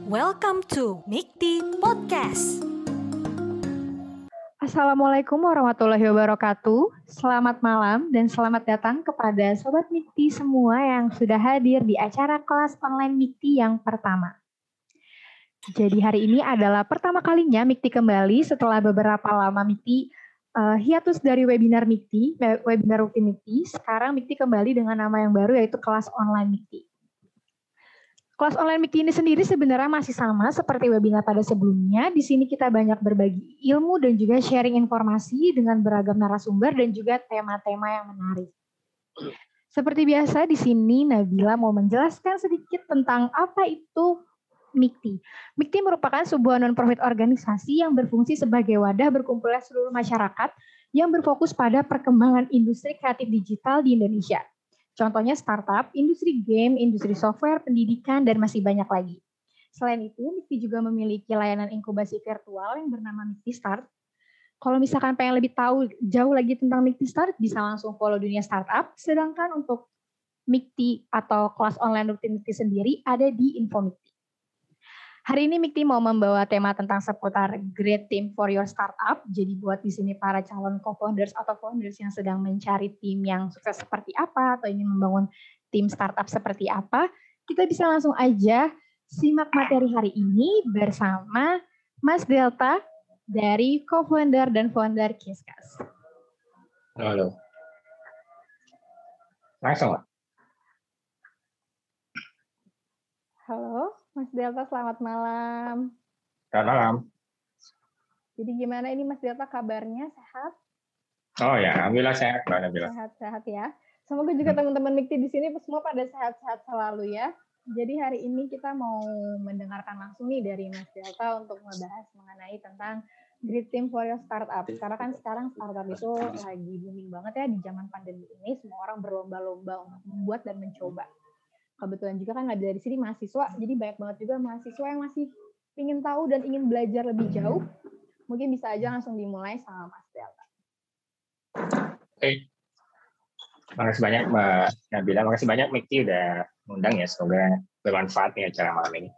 Welcome to Mikti Podcast. Assalamualaikum warahmatullahi wabarakatuh. Selamat malam dan selamat datang kepada Sobat Mikti semua yang sudah hadir di acara kelas online Mikti yang pertama. Jadi hari ini adalah pertama kalinya Mikti kembali setelah beberapa lama Mikti hiatus dari webinar Mikti, webinar rutin Mikti. Sekarang Mikti kembali dengan nama yang baru yaitu kelas online Mikti. Kelas online Mikti ini sendiri sebenarnya masih sama seperti webinar pada sebelumnya. Di sini kita banyak berbagi ilmu dan juga sharing informasi dengan beragam narasumber dan juga tema-tema yang menarik. Seperti biasa di sini Nabila mau menjelaskan sedikit tentang apa itu Mikti. Mikti merupakan sebuah non-profit organisasi yang berfungsi sebagai wadah berkumpulnya seluruh masyarakat yang berfokus pada perkembangan industri kreatif digital di Indonesia. Contohnya startup, industri game, industri software, pendidikan, dan masih banyak lagi. Selain itu, Mikti juga memiliki layanan inkubasi virtual yang bernama Mikti Start. Kalau misalkan pengen lebih tahu jauh lagi tentang Mikti Start, bisa langsung follow dunia startup. Sedangkan untuk Mikti atau kelas online rutin Mikti sendiri ada di Info Mikti. Hari ini Mikti mau membawa tema tentang seputar Great Team for Your Startup. Jadi buat di sini para calon co-founders atau founders yang sedang mencari tim yang sukses seperti apa atau ingin membangun tim startup seperti apa, kita bisa langsung aja simak materi hari ini bersama Mas Delta dari co-founder dan founder Kiskas. Halo. Langsung, Pak. Halo, Mas Delta, selamat malam. Selamat malam. Jadi gimana ini Mas Delta kabarnya? Sehat? Oh ya, alhamdulillah sehat, Mbak Nabila. Sehat-sehat ya. Semoga juga teman-teman Mikti di sini semua pada sehat-sehat selalu ya. Jadi hari ini kita mau mendengarkan langsung nih dari Mas Delta untuk membahas mengenai tentang Great Team for Your Startup. Karena kan sekarang startup itu lagi booming banget ya di zaman pandemi ini. Semua orang berlomba-lomba untuk membuat dan mencoba. Kebetulan juga kan ada dari sini mahasiswa, jadi banyak banget juga mahasiswa yang masih ingin tahu dan ingin belajar lebih jauh. Mungkin bisa aja langsung dimulai sama Mas Delta. Oke. Makasih banyak Mbak Nabila, makasih banyak Mikti udah ngundang ya, semoga bermanfaat nih acara malam ini.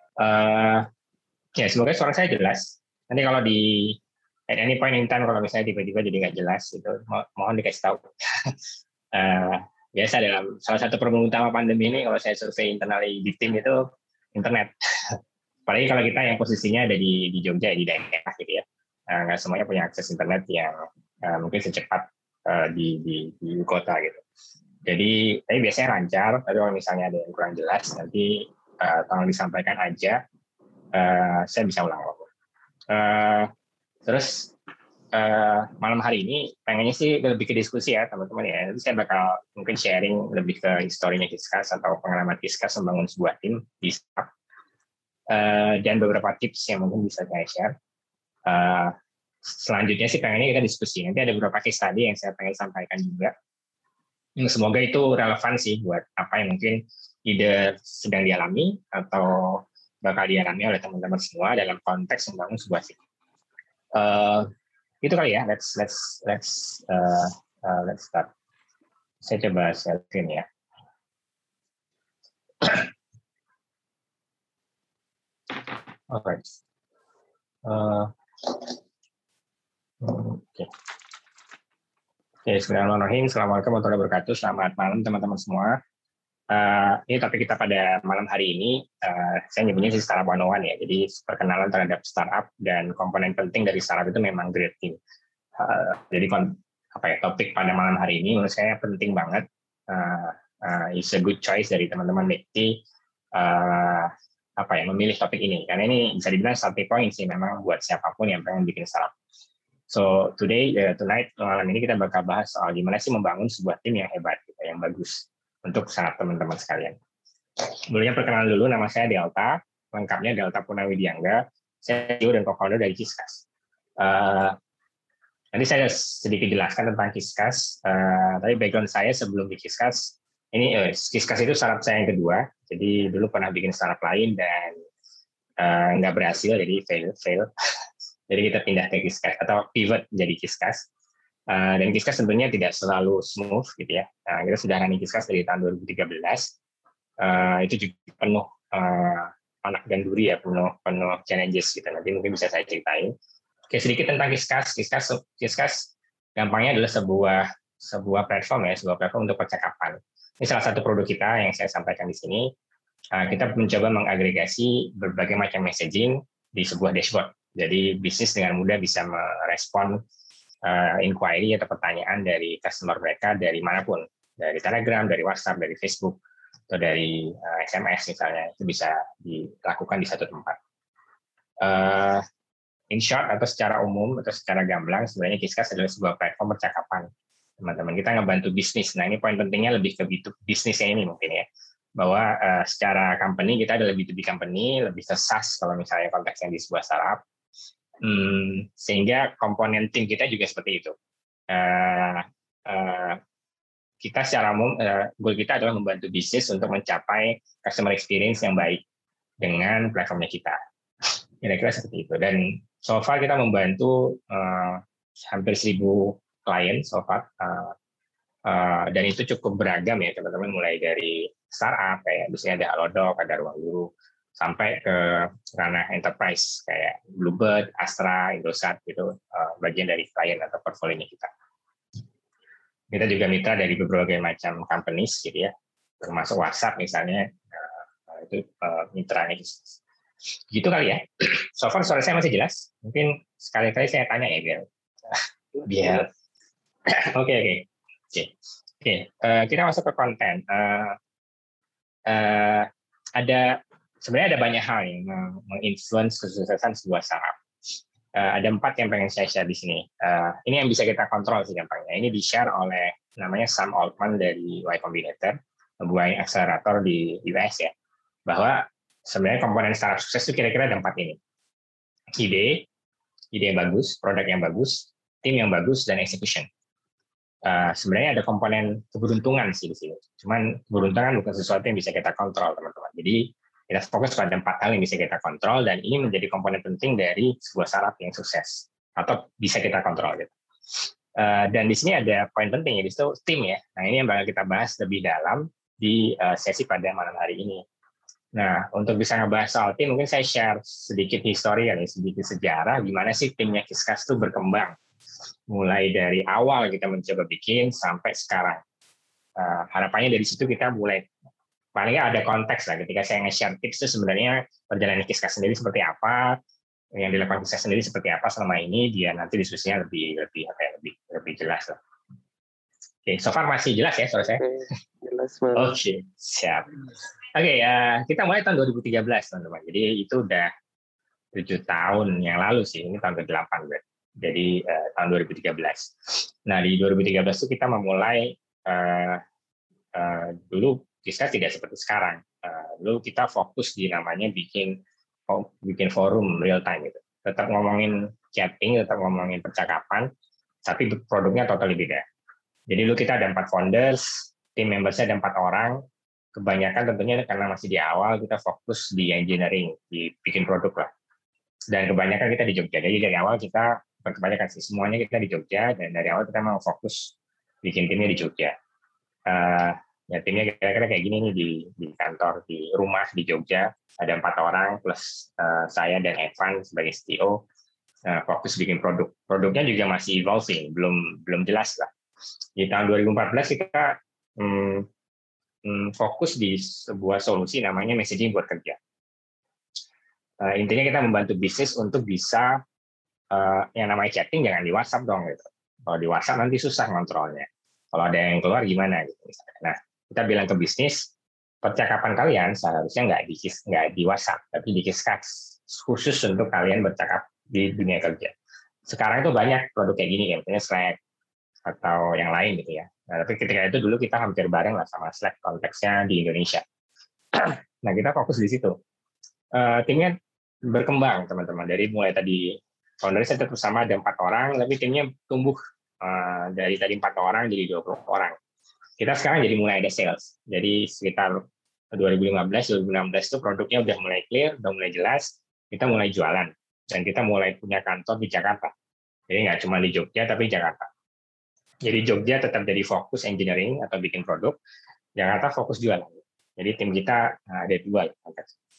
Ya semoga suara saya jelas. Nanti kalau di at any point in time kalau misalnya tiba-tiba jadi nggak jelas, itu mohon dikasih tahu. Biasa dalam salah satu problem utama pandemi ini kalau saya survei internal di tim itu internet. Apalagi kalau kita yang posisinya ada di Jogja, di daerah gitu ya. Nggak semuanya punya akses internet yang mungkin secepat di kota gitu. Jadi tapi biasanya lancar, tapi kalau misalnya ada yang kurang jelas nanti tolong disampaikan aja, saya bisa ulang. Terus malam hari ini pengennya sih lebih ke diskusi ya teman-teman ya. Nanti saya bakal mungkin sharing lebih ke historinya Kiskas atau pengalaman Kiskas membangun sebuah tim di startup. Dan beberapa tips yang mungkin bisa saya share. Selanjutnya sih pengennya kita diskusi. Nanti ada beberapa case tadi yang saya pengen sampaikan juga. Semoga itu relevan sih buat apa yang mungkin either sedang dialami atau bakal dialami oleh teman-teman semua dalam konteks membangun sebuah tim. Itu kali ya, let's start. Saya coba share screen ya. Alright. Oke. Bismillahirrahmanirrahim. Assalamualaikum warahmatullahi wabarakatuh. Selamat malam teman-teman semua. Ini topik kita pada malam hari ini. Saya nyebutnya sih Startup 101 ya. Jadi perkenalan terhadap startup dan komponen penting dari startup itu memang Great Team. Jadi topik pada malam hari ini menurut saya penting banget. It's a good choice dari teman-teman Mikti memilih topik ini karena ini bisa dibilang starting point sih memang buat siapapun yang pengen bikin startup. So tonight malam ini kita bakal bahas soal gimana sih membangun sebuah tim yang hebat, gitu, yang bagus untuk sangat teman-teman sekalian. Sebelumnya perkenalan dulu, nama saya Delta, lengkapnya Delta Purnawidiangga, saya CEO dan co-founder dari Kiskas. Nanti saya sedikit jelaskan tentang Kiskas, tapi background saya sebelum di Kiskas, Kiskas itu startup saya yang kedua, jadi dulu pernah bikin startup lain dan nggak berhasil, jadi fail. Jadi kita pindah ke Kiskas, atau pivot jadi Kiskas. Dan Kiskas sebenarnya tidak selalu smooth gitu ya. Kita sudah running Kiskas dari tahun 2013. Itu juga penuh panak dan duri ya, penuh challenges gitu. Nanti mungkin bisa saya ceritain. Oke, sedikit tentang Kiskas. Kiskas gampangnya adalah sebuah platform ya, sebuah platform untuk percakapan. Ini salah satu produk kita yang saya sampaikan di sini. Kita mencoba mengagregasi berbagai macam messaging di sebuah dashboard. Jadi bisnis dengan mudah bisa merespon inquiry atau pertanyaan dari customer mereka dari manapun, dari Telegram, dari WhatsApp, dari Facebook, atau dari SMS misalnya, itu bisa dilakukan di satu tempat. In short atau secara umum atau secara gamblang, sebenarnya Kiskas adalah sebuah platform percakapan. Teman-teman, kita ngebantu bisnis. Nah, ini poin pentingnya lebih ke bisnisnya ini mungkin ya. Bahwa secara company, kita adalah B2B company, lebih ke SaaS kalau misalnya konteksnya di sebuah startup. Sehingga komponen tim kita juga seperti itu. Kita secara umum, goal kita adalah membantu bisnis untuk mencapai customer experience yang baik dengan platformnya kita. Kira-kira seperti itu. Dan so far kita membantu hampir 1.000 klien so far. Dan itu cukup beragam ya teman-teman, mulai dari startup kayak biasanya ada Halodoc, ada Ruang Guru, sampai ke ranah enterprise kayak Bluebird, Astra, Indosat gitu, bagian dari klien atau portfolio kita. Kita juga mitra dari berbagai macam companies gitu ya, termasuk WhatsApp misalnya, itu mitranya. Gitu kali ya. So far suara saya masih jelas. Mungkin sekali-kali saya tanya ya biar. Oke. Kita masuk ke konten. Sebenarnya ada banyak hal yang menginfluence kesuksesan sebuah startup. Ada 4 yang pengen saya share di sini. Ini yang bisa kita kontrol sih gampangnya. Ini di-share oleh namanya Sam Altman dari Y Combinator, sebuah akselerator di US ya. Bahwa sebenarnya komponen startup sukses itu kira-kira ada 4 ini. Ide yang bagus, produk yang bagus, tim yang bagus, dan execution. Sebenarnya ada komponen keberuntungan sih di sini. Cuman keberuntungan bukan sesuatu yang bisa kita kontrol, teman-teman. Jadi kita fokus pada 4 hal yang bisa kita kontrol, dan ini menjadi komponen penting dari sebuah startup yang sukses atau bisa kita kontrol. Gitu. Dan di sini ada poin penting ya, di situ tim ya. Nah, ini yang bakal kita bahas lebih dalam di sesi pada malam hari ini. Nah, untuk bisa ngebahas soal tim, mungkin saya share sedikit histori ya, sedikit sejarah gimana sih timnya Kiskas itu berkembang. Mulai dari awal kita mencoba bikin sampai sekarang. Harapannya dari situ kita mulai, paling nggak ada konteks lah ketika saya nge-share tips itu sebenarnya perjalanan Kiskas sendiri seperti apa, yang dilakukan Kiskas sendiri seperti apa selama ini, dia nanti diskusinya lebih jelas lah. Oke, so far masih jelas ya suara saya? Jelas banget. Oke, siap. Oke, kita mulai tahun 2013, teman-teman. Jadi itu udah 7 tahun yang lalu sih, ini tahun ke-8 berarti. Jadi tahun 2013. Nah, di 2013 itu kita memulai, dulu Kiskas tidak seperti sekarang. Dulu kita fokus di namanya bikin forum real time gitu. Tetap ngomongin chatting, tetap ngomongin percakapan, tapi produknya totally beda. Jadi dulu kita ada 4 founders, tim membersnya ada 4 orang. Kebanyakan tentunya karena masih di awal kita fokus di engineering, di bikin produk lah. Dan kebanyakan kita di Jogja. Jadi dari awal kita, kebanyakan sih semuanya kita di Jogja, dan dari awal kita mau fokus bikin timnya di Jogja. Ya timnya kira-kira kayak gini nih di kantor, di rumah di Jogja. Ada 4 orang plus saya dan Evan sebagai CTO. Fokus bikin produk. Produknya juga masih evolving, belum jelas lah. Di tahun 2014 kita fokus di sebuah solusi namanya messaging buat kerja. Intinya kita membantu bisnis untuk bisa yang namanya chatting jangan di WhatsApp dong gitu. Kalau di WhatsApp nanti susah kontrolnya. Kalau ada yang keluar gimana gitu misalnya. Nah, kita bilang ke bisnis, percakapan kalian seharusnya nggak di WhatsApp, tapi di Kiskas, khusus untuk kalian bercakap di dunia kerja. Sekarang itu banyak produk kayak gini ya, misalnya Slack atau yang lain gitu ya. Nah, tapi ketika itu dulu kita hampir bareng lah sama Slack konteksnya di Indonesia. Nah, kita fokus di situ. Timnya berkembang, teman-teman. Dari mulai tadi, foundernya tetap sama ada 4 orang, tapi timnya tumbuh dari tadi 4 orang jadi 20 orang. Kita sekarang jadi mulai ada sales. Jadi sekitar 2015-2016 itu produknya udah mulai clear, udah mulai jelas, kita mulai jualan. Dan kita mulai punya kantor di Jakarta. Jadi nggak cuma di Jogja, tapi di Jakarta. Jadi Jogja tetap jadi fokus engineering atau bikin produk, Jakarta fokus jualan. Jadi tim kita ada 2.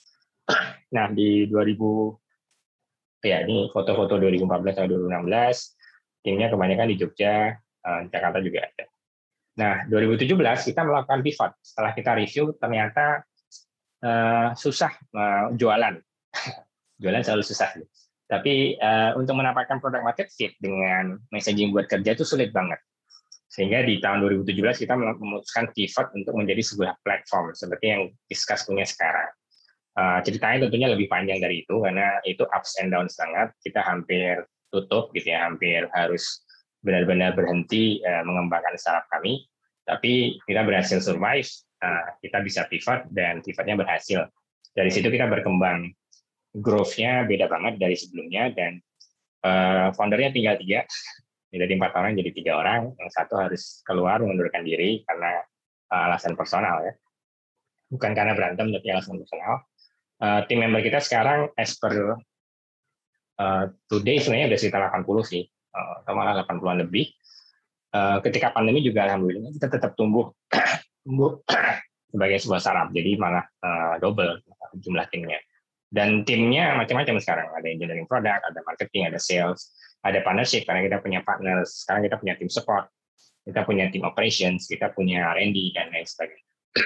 Nah, di 2000, ya ini foto-foto 2014 atau 2016, timnya kebanyakan di Jogja, Jakarta juga ada. Nah, 2017 kita melakukan pivot. Setelah kita review, ternyata susah jualan. Jualan selalu susah. Tapi untuk mendapatkan product market fit dengan messaging buat kerja itu sulit banget. Sehingga di tahun 2017 kita memutuskan pivot untuk menjadi sebuah platform seperti yang Discuss punya sekarang. Ceritanya tentunya lebih panjang dari itu karena itu ups and downs sangat. Kita hampir tutup gitu ya, hampir harus benar-benar berhenti mengembangkan startup kami. Tapi kita berhasil survive, kita bisa pivot dan pivotnya berhasil. Dari situ kita berkembang. Growth-nya beda banget dari sebelumnya dan foundernya tinggal 3. Dari 4 orang jadi 3 orang. Yang satu harus keluar mengundurkan diri karena alasan personal ya. Bukan karena berantem tapi alasan personal. Tim member kita sekarang as per today sebenarnya udah sekitar 80 sih, atau malah 80-an lebih. Ketika pandemi juga alhamdulillah kita tetap tumbuh sebagai sebuah startup, jadi malah double jumlah timnya. Dan timnya macam-macam sekarang, ada engineering product, ada marketing, ada sales, ada partnership karena kita punya partners, sekarang kita punya tim support, kita punya tim operations, kita punya R&D dan lain sebagainya.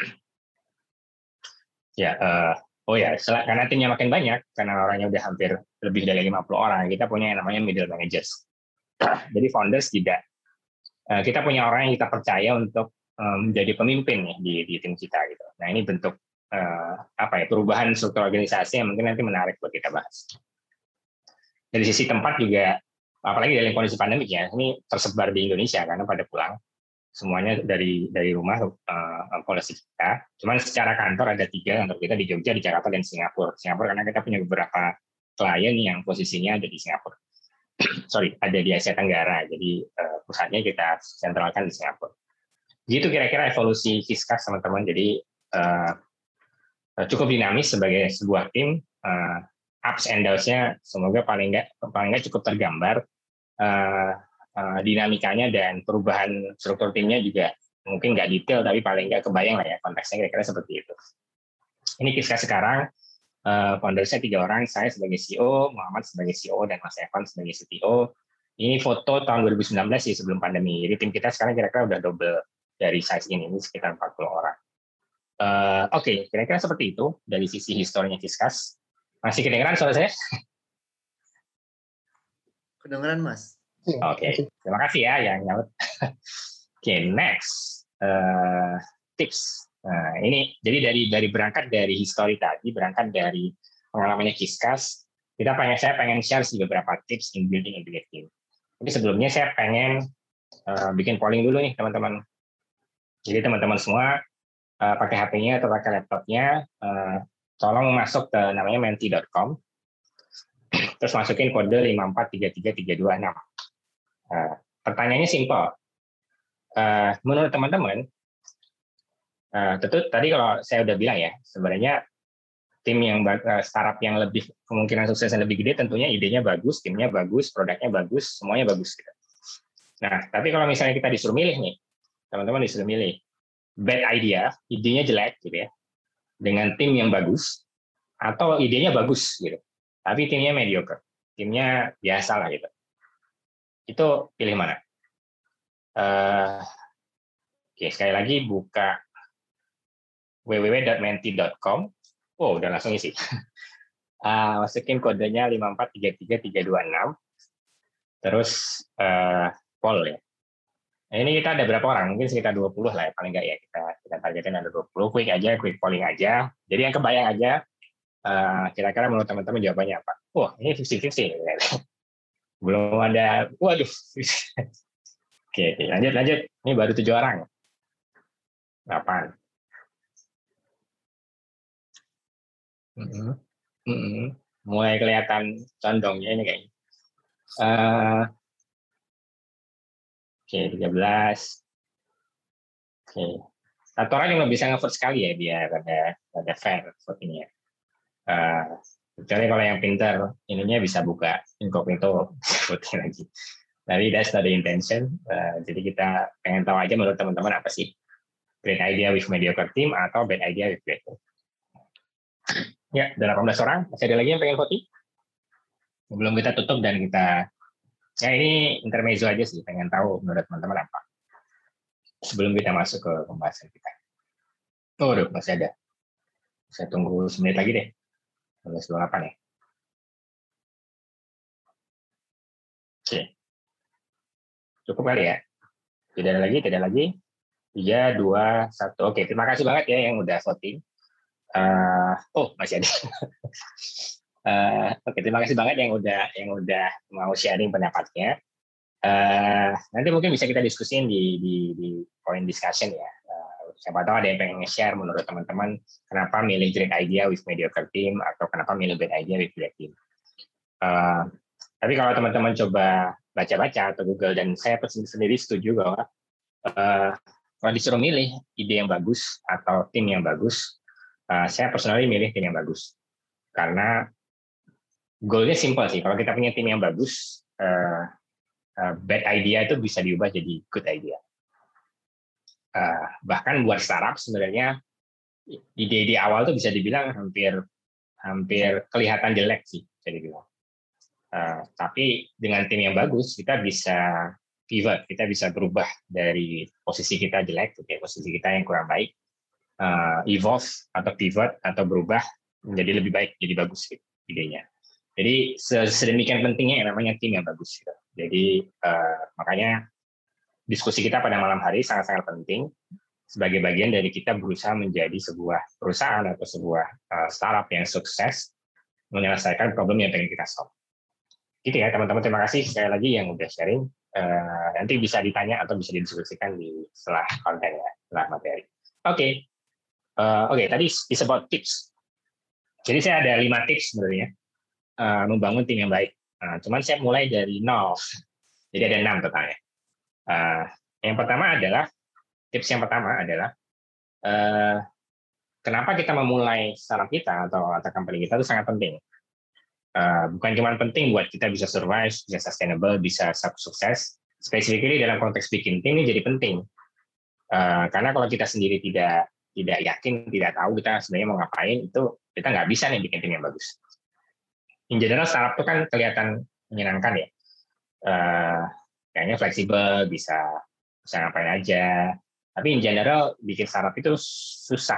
Ya, karena timnya makin banyak, karena orangnya udah hampir lebih dari 50 orang, kita punya yang namanya middle managers. Jadi founders tidak, kita punya orang yang kita percaya untuk menjadi pemimpin ya di tim kita gitu. Nah ini bentuk perubahan struktur organisasi yang mungkin nanti menarik buat kita bahas. Dari sisi tempat juga, apalagi dalam kondisi pandemik ya, ini tersebar di Indonesia karena pada pulang semuanya dari rumah polisi kita. Cuman secara kantor ada 3 kantor kita di Jogja, di Jakarta dan Singapura. Singapura karena kita punya beberapa klien yang posisinya ada di Singapura. Ada di Asia Tenggara. Jadi pusatnya kita sentralkan di Singapura. Gitu kira-kira evolusi Discuss teman-teman. Jadi cukup dinamis sebagai sebuah tim, ups and downs-nya semoga paling nggak cukup tergambar, dinamikanya dan perubahan struktur timnya juga mungkin nggak detail tapi paling nggak kebayang lah ya konteksnya kira-kira seperti itu. Ini Discuss sekarang, foundersnya 3 orang, saya sebagai CEO, Muhammad sebagai CEO dan Mas Evan sebagai CTO. Ini foto tahun 2019 sih sebelum pandemi. Jadi tim kita sekarang kira-kira udah double dari size ini sekitar 40 orang. Oke, kira-kira seperti itu dari sisi historinya Discuss. Masih kedengeran suara saya? Kedengeran, Mas. Oke, terima kasih ya yang nyaut. Oke, next tips. Nah, ini jadi dari berangkat dari histori tadi, berangkat dari pengalamannya Discuss, saya pengen share sih beberapa tips in building a big team. Tapi sebelumnya saya pengen bikin polling dulu nih teman-teman. Jadi teman-teman semua pakai HP-nya atau pakai laptopnya, tolong masuk ke namanya menti.com, terus masukin kode 5433326. Pertanyaannya simpel. Menurut teman-teman, tentu tadi kalau saya udah bilang ya, sebenarnya tim yang startup yang lebih kemungkinan sukses yang lebih gede tentunya idenya bagus, timnya bagus, produknya bagus, semuanya bagus. Gitu. Nah, tapi kalau misalnya kita disuruh milih nih, teman-teman disuruh milih bad idea, idenya jelek gitu ya, dengan tim yang bagus, atau idenya bagus gitu, tapi timnya mediocre, timnya biasa lah gitu. Itu pilih mana? Oke, sekali lagi buka www.menti.com. Oh, udah langsung isi. Masukin kodenya 5433326. Terus poll ya. Nah, ini kita ada berapa orang? Mungkin sekitar 20 lah ya, paling nggak ya. Kita targetin ada 20. Quick polling aja. Jadi yang kebayang aja, kira-kira menurut teman-teman jawabannya apa? Wah, ini 50-50. Belum ada, waduh. Oke, lanjut. Ini baru 7 orang. 8. Mulai kelihatan condongnya ini kayaknya. Oke, 13. Oke. Satu orang yang bisa nge-vote sekali ya, biar ada fair votingnya. Kecuali kalau yang pintar, ininya bisa buka incognito voting lagi. Tapi that's not the intention. Jadi kita pengen tahu aja menurut teman-teman apa sih great idea with mediocre team atau bad idea with great team. Ya, ada 18 orang. Masih ada lagi yang pengen voting? Sebelum kita tutup dan kita, ya ini intermezzo aja sih, pengen tahu menurut teman-teman apa. Sebelum kita masuk ke pembahasan kita. Oh, masih ada. Saya tunggu 1 menit lagi deh. 12.28 ya. Oke. Cukup kali ya? Tidak ada lagi, tidak ada lagi. 3, 2, 1. Oke, terima kasih banget ya yang udah voting. Masih ada. Oke, terima kasih banget yang udah mau sharing pendapatnya. Nanti mungkin bisa kita diskusin di point discussion ya. Siapa tahu ada yang pengen nge-share menurut teman-teman kenapa milih great idea with mediocre team atau kenapa milih great idea with great team. Tapi kalau teman-teman coba baca-baca atau Google, dan saya sendiri setuju bahwa kalau disuruh milih ide yang bagus atau tim yang bagus, saya personally milih tim yang bagus. Karena goalnya simple sih. Kalau kita punya tim yang bagus, bad idea itu bisa diubah jadi good idea. Bahkan buat startup sebenarnya ide-ide awal tuh bisa dibilang hampir kelihatan jelek sih, bisa dibilang. Tapi dengan tim yang bagus kita bisa pivot, kita bisa berubah dari posisi kita jelek ke posisi kita yang kurang baik, evolve atau pivot atau berubah menjadi lebih baik, jadi bagus gitu, idenya. Jadi sedemikian pentingnya yang namanya tim yang bagus. Gitu. Jadi makanya diskusi kita pada malam hari sangat-sangat penting sebagai bagian dari kita berusaha menjadi sebuah perusahaan atau sebuah startup yang sukses menyelesaikan problem yang pengen kita solve. Gitu ya teman-teman, terima kasih sekali lagi yang udah sharing. Nanti bisa ditanya atau bisa didiskusikan di setelah konten ya, setelah materi. Oke, tadi is about tips. Jadi saya ada 5 tips sebenarnya membangun tim yang baik. Cuman saya mulai dari 0, jadi ada 6 totalnya. Yang pertama adalah tips yang pertama adalah kenapa kita memulai startup kita atau company kita itu sangat penting. Bukan cuma penting buat kita bisa survive, bisa sustainable, bisa sukses. Specifically dalam konteks bikin tim ini jadi penting. Karena kalau kita sendiri tidak yakin, tidak tahu kita sebenarnya mau ngapain, itu kita nggak bisa nih bikin tim yang bagus. In general startup itu kan kelihatan menyenangkan ya. Kayaknya fleksibel, bisa ngapain aja. Tapi in general bikin startup itu susah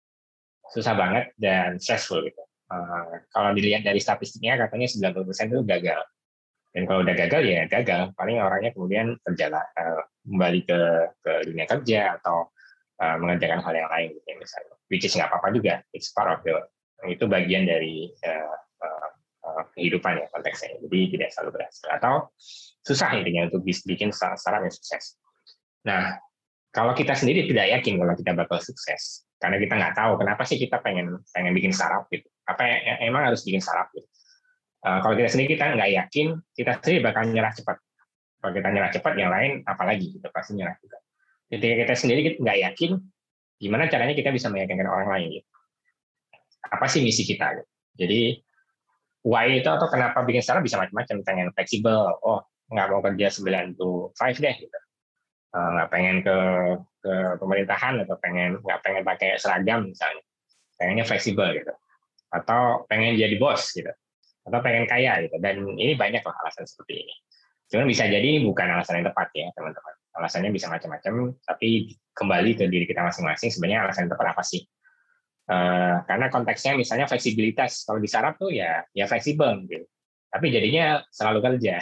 banget dan stressful gitu. Kalau dilihat dari statistiknya katanya 90% itu gagal. Dan kalau udah gagal ya gagal. Paling orangnya kemudian kembali ke dunia kerja atau mengerjakan hal yang lain gitu misalnya. Which is nggak apa-apa juga. It's part of itu bagian dari kehidupan ya konteksnya. Jadi tidak selalu berhasil. Atau susah intinya untuk bikin startup yang sukses. Nah, kalau kita sendiri tidak yakin kalau kita bakal sukses, karena kita nggak tahu kenapa sih kita pengen bikin startup gitu. Apa emang harus bikin startup gitu. Kalau kita sendiri kita nggak yakin, kita sendiri bakal nyerah cepat. Kalau kita nyerah cepat, yang lain apalagi kita pasti nyerah juga. Ketika kita sendiri nggak yakin, gimana caranya kita bisa meyakinkan orang lain gitu. Apa sih misi kita gitu. Jadi why itu atau kenapa bikin startup bisa macam-macam. Pengen fleksibel, nggak mau kerja 9 to 5 deh gitu. Nggak pengen ke pemerintahan atau nggak pengen pakai seragam misalnya, pengennya fleksibel gitu, atau pengen jadi bos gitu, atau pengen kaya gitu. Dan ini banyak lah alasan seperti ini. Cuman bisa jadi ini bukan alasan yang tepat ya teman-teman. Alasannya bisa macam-macam, tapi kembali ke diri kita masing-masing. Sebenarnya alasan yang tepat apa sih? Karena konteksnya misalnya fleksibilitas. Kalau di startup tuh ya fleksibel gitu. Tapi jadinya selalu kerja.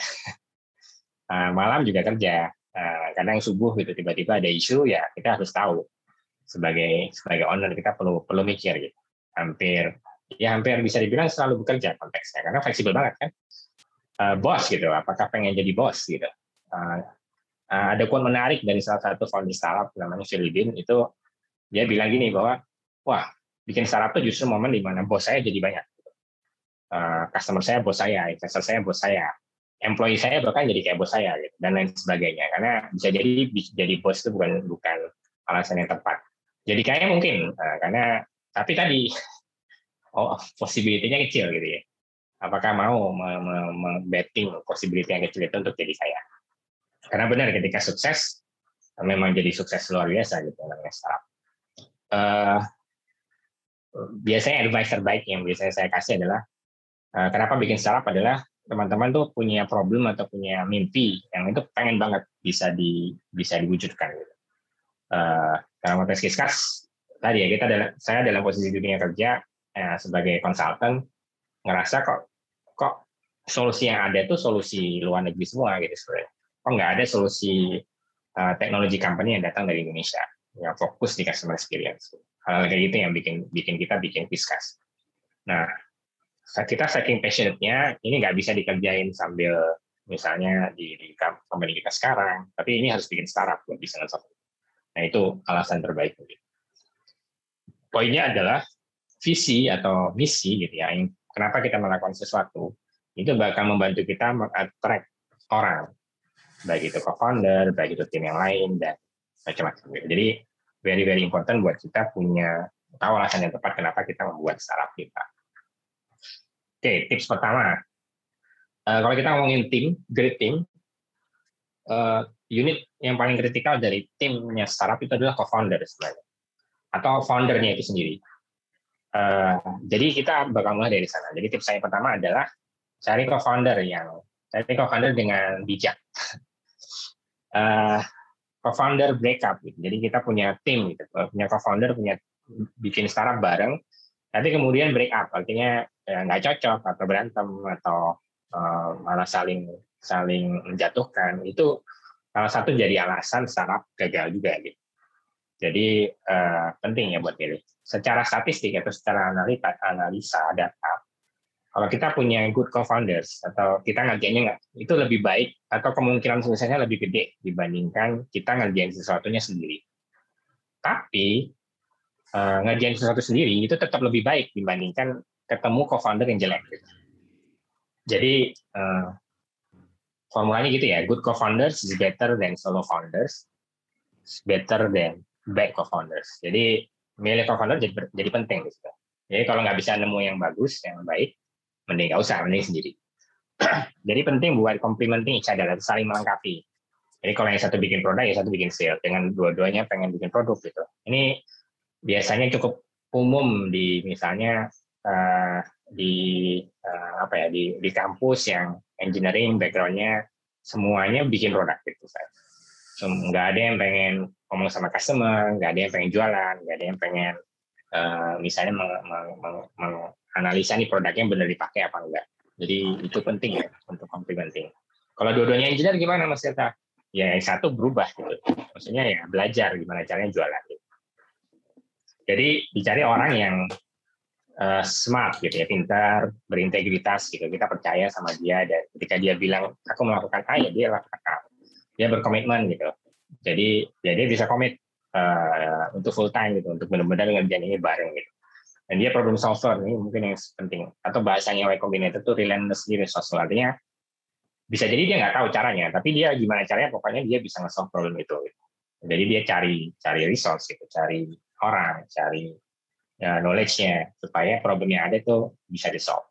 Malam juga kerja. Kadang subuh gitu tiba-tiba ada isu ya kita harus tahu sebagai owner kita perlu mikir gitu. Hampir bisa dibilang selalu bekerja konteksnya karena fleksibel banget kan. Bos gitu, apakah pengen jadi bos gitu. Ada quote menarik dari salah satu founder startup namanya Phil Bean, itu dia bilang gini bahwa bikin startup itu justru momen di mana bos saya jadi banyak. Customer saya bos saya, investor saya bos saya, employee saya bahkan jadi kayak bos saya gitu, dan lain sebagainya. Karena bisa jadi bos itu bukan alasan yang tepat. Jadi kayaknya mungkin karena tapi tadi possibility-nya kecil gitu ya. Apakah mau betting possibility yang kecil itu untuk jadi saya? Karena benar ketika sukses memang jadi sukses luar biasa gitu namanya startup. biasanya advice terbaik yang biasanya saya kasih adalah kenapa bikin startup adalah teman-teman tuh punya problem atau punya mimpi yang itu pengen banget bisa diwujudkan. Gitu. Dalam konteks Kiskas tadi ya saya dalam posisi dunia kerja sebagai konsultan ngerasa kok solusi yang ada tuh solusi luar negeri semua gitu sebenarnya. Kok nggak ada solusi teknologi company yang datang dari Indonesia yang fokus di customer experience. Hal kayak gitu yang bikin kita bikin Kiskas. Nah, kita saking passionate-nya, ini nggak bisa dikerjain sambil misalnya di company kita sekarang, tapi ini harus bikin startup buat bisa nge-solve. Nah, itu alasan terbaik. Poinnya adalah visi atau misi gitu ya, kenapa kita melakukan sesuatu, itu bakal membantu kita meng-attract orang, baik itu co-founder, baik itu tim yang lain, dan macam-macam. Jadi, very, very important buat kita tahu alasan yang tepat kenapa kita membuat startup kita. Oke, tips pertama. Kalau kita ngomongin tim, great team, unit yang paling kritikal dari timnya startup itu adalah co-founder sebenarnya, atau foundernya itu sendiri. Jadi kita bakal mulai dari sana. Jadi tips saya pertama adalah cari co-founder dengan bijak. Co-founder breakup. Gitu. Jadi kita punya tim, gitu. Punya co-founder, bikin startup bareng. Tapi kemudian break up, artinya nggak cocok atau berantem atau malah saling menjatuhkan. Itu salah satu jadi alasan startup gagal juga. Gitu. Jadi penting ya buat pilih. Secara statistik atau secara analisa data, kalau kita punya good co-founders atau kita ngerjainnya itu lebih baik atau kemungkinan suksesnya lebih gede dibandingkan kita ngerjain sesuatunya sendiri. Tapi ngerjain sesuatu sendiri itu tetap lebih baik dibandingkan ketemu co-founder yang jelek. Gitu. Jadi formulanya gitu ya, good co-founders is better than solo founders, is better than bad co-founders. Jadi milih co-founder jadi penting. Gitu. Jadi kalau nggak bisa nemu yang bagus, yang baik, mending nggak usah, mending sendiri. Jadi penting buat complementing each other, saling melengkapi. Jadi kalau yang satu bikin produk, yang satu bikin sales, dengan dua-duanya pengen bikin produk gitu. Ini biasanya cukup umum di misalnya di kampus yang engineering background-nya semuanya bikin produk gitu. Nggak ada yang pengen ngomong sama customer, nggak ada yang pengen jualan, nggak ada yang pengen misalnya menganalisa nih produknya benar dipakai apa enggak. Jadi itu penting ya untuk complementing. Kalau dua-duanya engineer gimana Mas Tirta? Ya yang satu berubah gitu. Maksudnya ya belajar gimana caranya jualan gitu. Jadi dicari orang yang smart gitu ya, pintar, berintegritas gitu. Kita percaya sama dia dan ketika dia bilang aku melakukan A ya dia lakukan A. Dia berkomitmen gitu. Jadi ya dia bisa komit untuk full time gitu, untuk benar-benar ngerjain ini bareng gitu. Dan dia problem solver ini mungkin yang penting. Atau bahasanya Y Combinator itu relentlessly resourceful. Artinya bisa jadi dia nggak tahu caranya, tapi dia gimana caranya pokoknya dia bisa nge-solve problem itu. Gitu. Jadi dia cari resource gitu, cari orang, cari knowledge-nya supaya problem yang ada itu bisa di-solve.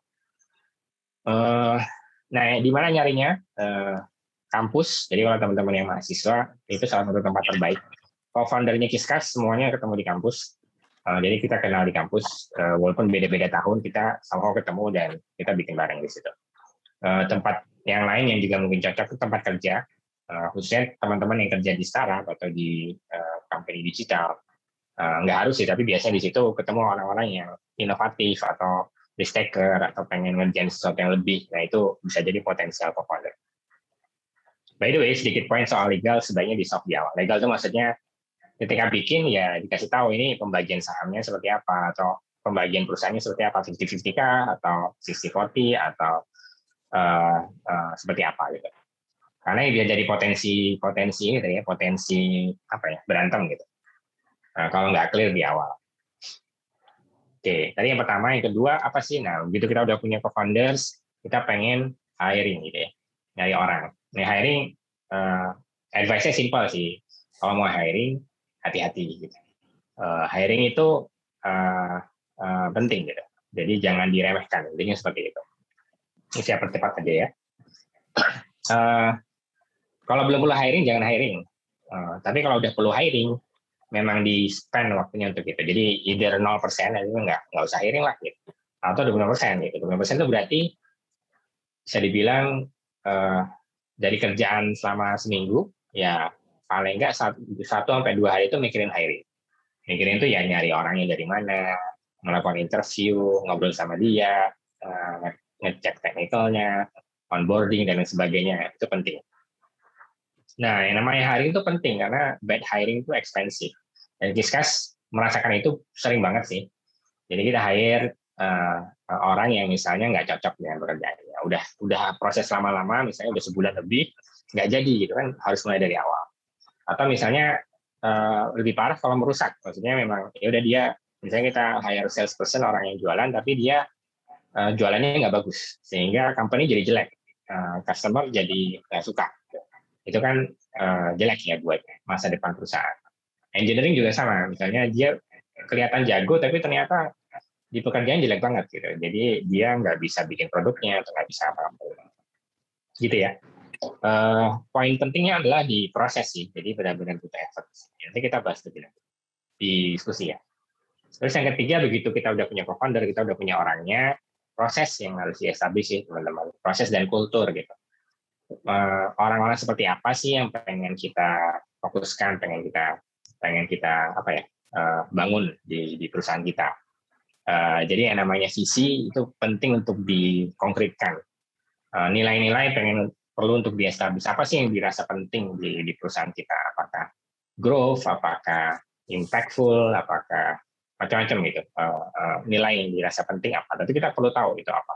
Nah, di mana nyarinya? Kampus. Jadi kalau teman-teman yang mahasiswa itu salah satu tempat terbaik. Co-foundernya Kiskas semuanya ketemu di kampus. Jadi kita kenal di kampus, walaupun beda-beda tahun kita somehow ketemu dan kita bikin bareng di situ. Tempat yang lain yang juga mungkin cocok itu tempat kerja, khususnya teman-teman yang kerja di startup atau di company digital. Nggak harus sih, tapi biasanya di situ ketemu orang-orang yang inovatif atau risk taker atau pengen ngerjain sesuatu yang lebih. Nah itu bisa jadi potensial co-founder. By the way, sedikit poin soal legal sebaiknya di-solve di awal. Legal itu maksudnya ketika bikin ya dikasih tahu ini pembagian sahamnya seperti apa atau pembagian perusahaannya seperti apa, 50-50 kah atau 60-40 atau seperti apa gitu. Karena dia jadi potensi gitu ya, potensi berantem gitu. Nah, kalau nggak clear di awal. Oke, tadi yang pertama, yang kedua apa sih? Nah, begitu kita udah punya co-founders, kita pengen hiring gitu ya, nyari orang. Nah, hiring advice-nya simple sih. Kalau mau hiring, hati-hati gitu. Hiring itu penting gitu. Jadi jangan diremehkan, intinya seperti itu. Ini saya percepat aja ya. Kalau belum perlu hiring, jangan hiring. Tapi kalau udah perlu hiring, memang di spend waktunya untuk itu. Jadi either 0% itu nggak usah hiring lah gitu. Atau 20% gitu. 20% itu berarti bisa dibilang dari kerjaan selama seminggu, ya paling nggak 1 sampai 2 hari itu mikirin hiring. Mikirin itu ya nyari orangnya dari mana, melakukan interview, ngobrol sama dia, ngecek teknikalnya, onboarding dan lain sebagainya, itu penting. Nah, yang namanya hiring itu penting karena bad hiring itu expensive. Dan Kiskas merasakan itu sering banget sih. Jadi kita hire orang yang misalnya nggak cocok dengan pekerjaannya. Udah proses lama-lama, misalnya udah sebulan lebih, nggak jadi gitu kan, harus mulai dari awal. Atau misalnya lebih parah kalau merusak. Maksudnya memang ya udah dia, misalnya kita hire salesperson, orang yang jualan, tapi dia jualannya nggak bagus, sehingga company jadi jelek, customer jadi nggak suka. Itu kan jelek ya buat masa depan perusahaan. Engineering juga sama, misalnya dia kelihatan jago tapi ternyata di pekerjaan jelek banget gitu, jadi dia nggak bisa bikin produknya atau nggak bisa apa-apa gitu ya. Poin pentingnya adalah di proses sih, jadi benar-benar butuh effort. Nanti kita bahas lebih lanjut di diskusi ya. Terus yang ketiga, begitu kita udah punya co-founder, kita udah punya orangnya, proses yang harus di-establish sih teman-teman, proses dan kultur gitu. Orang-orang seperti apa sih yang pengen kita fokuskan, pengen kita apa ya, bangun di perusahaan kita. Jadi yang namanya visi itu penting untuk dikonkretkan. Nilai-nilai perlu untuk di-establish. Apa sih yang dirasa penting di perusahaan kita? Apakah growth, apakah impactful, apakah macam-macam gitu. Nilai yang dirasa penting apa? Tapi kita perlu tahu itu apa.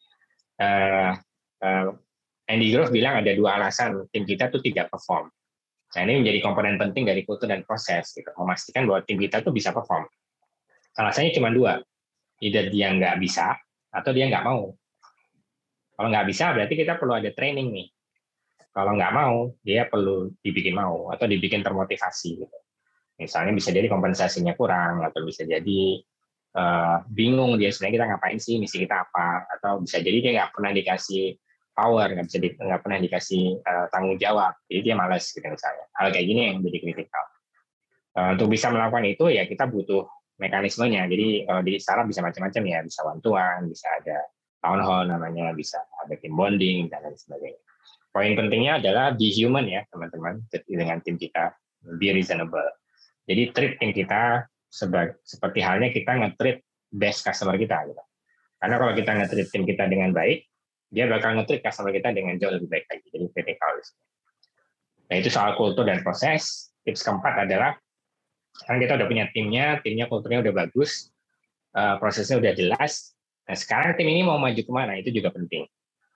Andy Grove bilang ada 2 alasan tim kita tuh tidak perform. Nah, ini menjadi komponen penting dari kultur dan proses, gitu. Memastikan bahwa tim kita tuh bisa perform. Alasannya cuma 2, either dia nggak bisa atau dia nggak mau. Kalau nggak bisa berarti kita perlu ada training nih. Kalau nggak mau, dia perlu dibikin mau atau dibikin termotivasi. Gitu. Misalnya bisa jadi kompensasinya kurang, atau bisa jadi bingung dia sebenarnya kita ngapain sih, misi kita apa, atau bisa jadi dia nggak pernah dikasih power, nggak pernah dikasih tanggung jawab, jadi dia malas gitu misalnya. Hal kayak gini yang menjadi kritikal. Untuk bisa melakukan itu ya kita butuh mekanismenya. Jadi kalau di startup bisa macam-macam ya, bisa one to one, bisa ada town hall namanya, bisa ada team bonding dan lain sebagainya. Poin pentingnya adalah be human ya teman-teman dengan tim kita, be reasonable. Jadi treat tim kita seperti halnya kita nge-treat best customer kita gitu. Karena kalau kita nge-treat tim kita dengan baik, dia bakal nge-treat customer kita dengan jauh lebih baik lagi. Jadi critical. Nah, itu soal kultur dan proses. Tips keempat adalah sekarang kita udah punya timnya kulturnya udah bagus, prosesnya udah jelas. Nah, sekarang tim ini mau maju kemana, itu juga penting.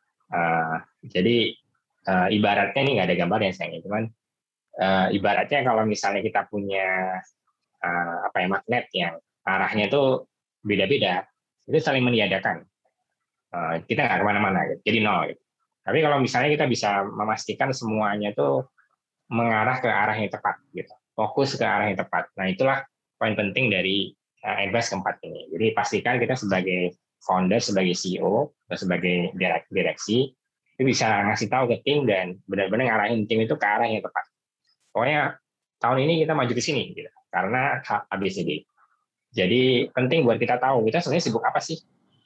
Jadi ibaratnya ini nggak ada gambarnya sayangnya, cuman ibaratnya kalau misalnya kita punya magnet yang arahnya itu beda-beda, itu saling meniadakan. Kita nggak kemana-mana, gitu. Jadi nol. Gitu. Tapi kalau misalnya kita bisa memastikan semuanya itu mengarah ke arah yang tepat, gitu. Fokus ke arah yang tepat. Nah, itulah poin penting dari advice keempat ini. Jadi pastikan kita sebagai founder, sebagai CEO, atau sebagai direksi, itu bisa ngasih tahu ke tim dan benar-benar ngarahin tim itu ke arah yang tepat. Pokoknya tahun ini kita maju ke sini, gitu. Karena ABCD. Jadi penting buat kita tahu kita sebenarnya sibuk apa sih.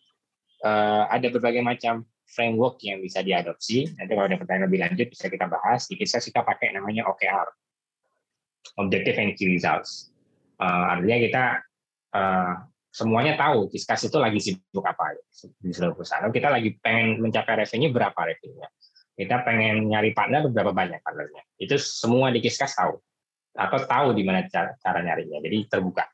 Ada berbagai macam framework yang bisa diadopsi. Nanti kalau ada pertanyaan lebih lanjut bisa kita bahas. Di Kiskas kita pakai namanya OKR, Objective and Key Results. Artinya kita semuanya tahu Kiskas itu lagi sibuk apa di seluruh perusahaan. Kita lagi pengen mencapai revenue berapa revenue-nya. Kita pengen nyari partner berapa banyak partnernya. Itu semua di Kiskas tahu. Atau tahu di mana cara nyarinya. Jadi terbuka.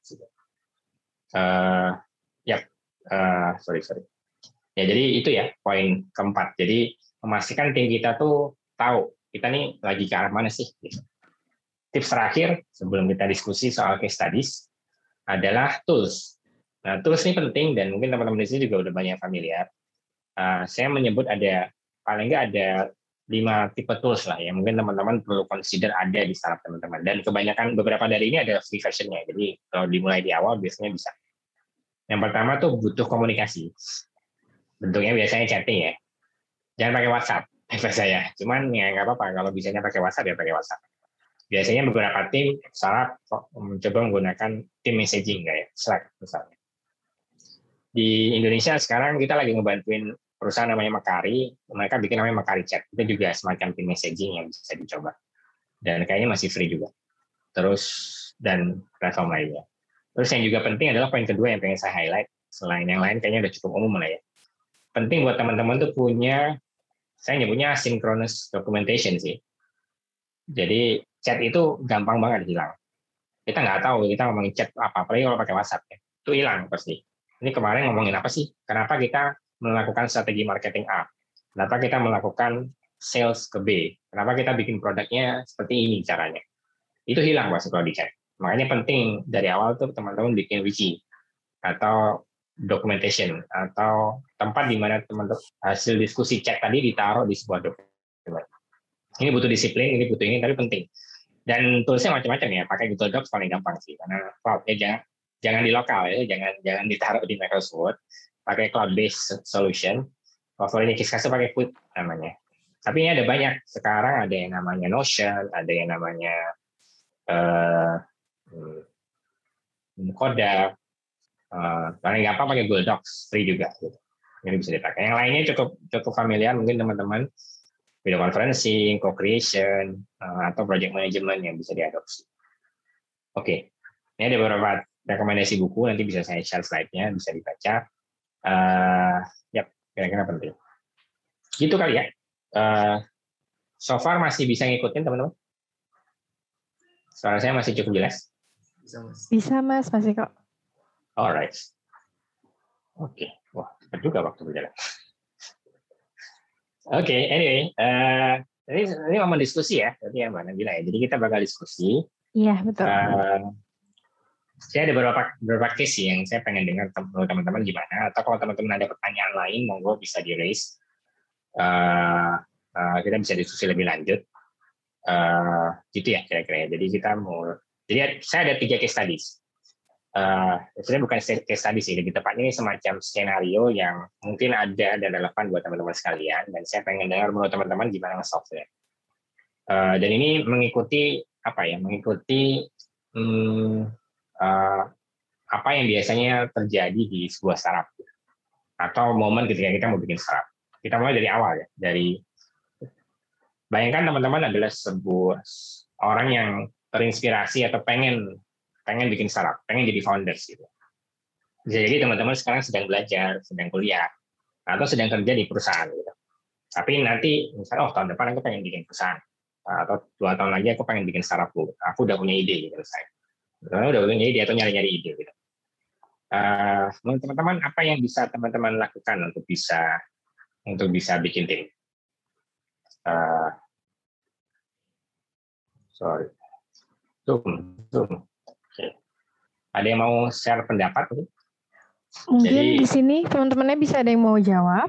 Sorry. Ya, jadi itu ya poin keempat. Jadi memastikan tim kita tuh tahu kita nih lagi ke arah mana sih. Tips terakhir sebelum kita diskusi soal case studies adalah tools. Nah, tools ini penting dan mungkin teman-teman di sini juga udah banyak familiar. Saya menyebut paling nggak ada 5 tipe tools lah ya. Mungkin teman-teman perlu consider ada di startup teman-teman. Dan kebanyakan beberapa dari ini ada free version-nya. Jadi kalau dimulai di awal biasanya bisa. Yang pertama tuh butuh komunikasi. Bentuknya biasanya chatting ya. Jangan pakai WhatsApp, saya. Cuman ya nggak apa-apa kalau bisanya pakai WhatsApp ya pakai WhatsApp. biasanya beberapa tim startup mencoba menggunakan team messaging kayak Slack misalnya. Di Indonesia sekarang kita lagi ngebantuin perusahaan namanya Makari, mereka bikin namanya Makari Chat. Itu juga semacam team messaging yang bisa dicoba. Dan kayaknya masih free juga. Terus, dan platform lainnya. Terus yang juga penting adalah poin kedua yang pengen saya highlight, selain yang lain kayaknya udah cukup umum lah ya. Penting buat teman-teman tuh punya, saya nyebutnya asynchronous documentation sih. Jadi chat itu gampang banget hilang. Kita nggak tahu kita ngomongin chat apa, apalagi kalau pakai WhatsApp ya. Itu hilang pasti. Ini kemarin ngomongin apa sih? Kenapa kita melakukan strategi marketing A? Kenapa kita melakukan sales ke B? Kenapa kita bikin produknya seperti ini caranya? Itu hilang pasti kalau di chat. Makanya penting dari awal tuh teman-teman bikin wiki atau documentation atau tempat di mana teman-teman hasil diskusi chat tadi ditaruh di sebuah dokumen. Ini butuh disiplin, ini butuh ini, tapi penting. Dan toolsnya macam-macam ya. Pakai Google Docs paling gampang sih, karena cloud-nya jangan di lokal ya, jangan ditaruh di Microsoft, pakai cloud-based solution. Kalau ini Kiskas pakai Qt namanya. Tapi ini ada banyak. Sekarang ada yang namanya Notion, ada yang namanya Kodak. Paling gampang pakai Google Docs, free juga. Gitu. Ini bisa dipakai. Yang lainnya cukup familiar mungkin teman-teman, video conferencing, co-creation, atau project management yang bisa diadopsi. Oke, ini ada beberapa rekomendasi buku, nanti bisa saya share slide-nya, bisa dibaca. Kira-kira penting. Gitu kali ya. So far masih bisa ngikutin teman-teman? Suara saya masih cukup jelas? Bisa Mas, masih kok. Alright. Oke, wah cepat juga waktu berjalan. Oke, anyway, ini momen diskusi ya, berarti ya Mbak Nabila ya. Jadi kita bakal diskusi. Iya, betul. Saya ada beberapa case sih yang saya pengen dengar teman-teman gimana, atau kalau teman-teman ada pertanyaan lain, monggo bisa di-raise. Kita bisa diskusi lebih lanjut. Gitu ya kira-kira. Jadi saya ada 3 case studies. Sebenarnya bukan case study sih, lebih tepatnya ini semacam skenario yang mungkin ada dan relevan buat teman-teman sekalian, dan saya pengen dengar menurut teman-teman gimana nge-solve-nya. Dan ini mengikuti apa yang biasanya terjadi di sebuah startup atau momen ketika kita mau bikin startup. Kita mulai dari awal ya, bayangkan teman-teman adalah sebuah orang yang terinspirasi atau pengen bikin startup, pengen jadi founders gitu. Bisa jadi teman-teman sekarang sedang belajar, sedang kuliah, atau sedang kerja di perusahaan gitu. Tapi nanti misalnya tahun depan aku pengen bikin perusahaan, atau 2 tahun lagi aku pengen bikin startup, aku udah punya ide gitu saya. Udah punya ide atau nyari-nyari ide gitu. Menurut teman-teman apa yang bisa teman-teman lakukan untuk bisa bikin tim? Zoom. Okay. Ada yang mau share pendapat? Mungkin di sini teman-temannya bisa ada yang mau jawab.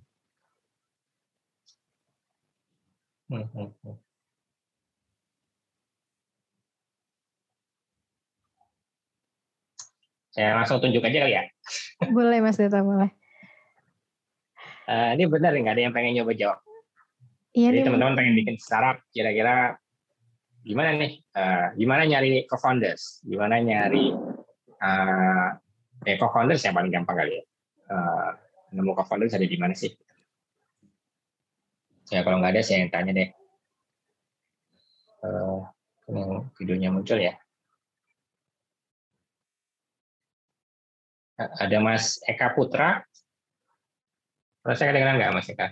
Saya langsung tunjuk aja kali ya. Boleh Mas Deta, boleh. Ini benar nggak ada yang pengen nyoba jawab? Iya, jadi teman-teman pengen bikin startup, kira-kira gimana nih? Gimana nyari co-founders? Gimana nyari co-founders yang paling gampang kali ya? Nemu co-founders ada di mana sih? Ya kalau nggak ada saya yang tanya deh. Videonya muncul ya. Ada Mas Eka Putra. Saya kedengeran nggak Mas Eka?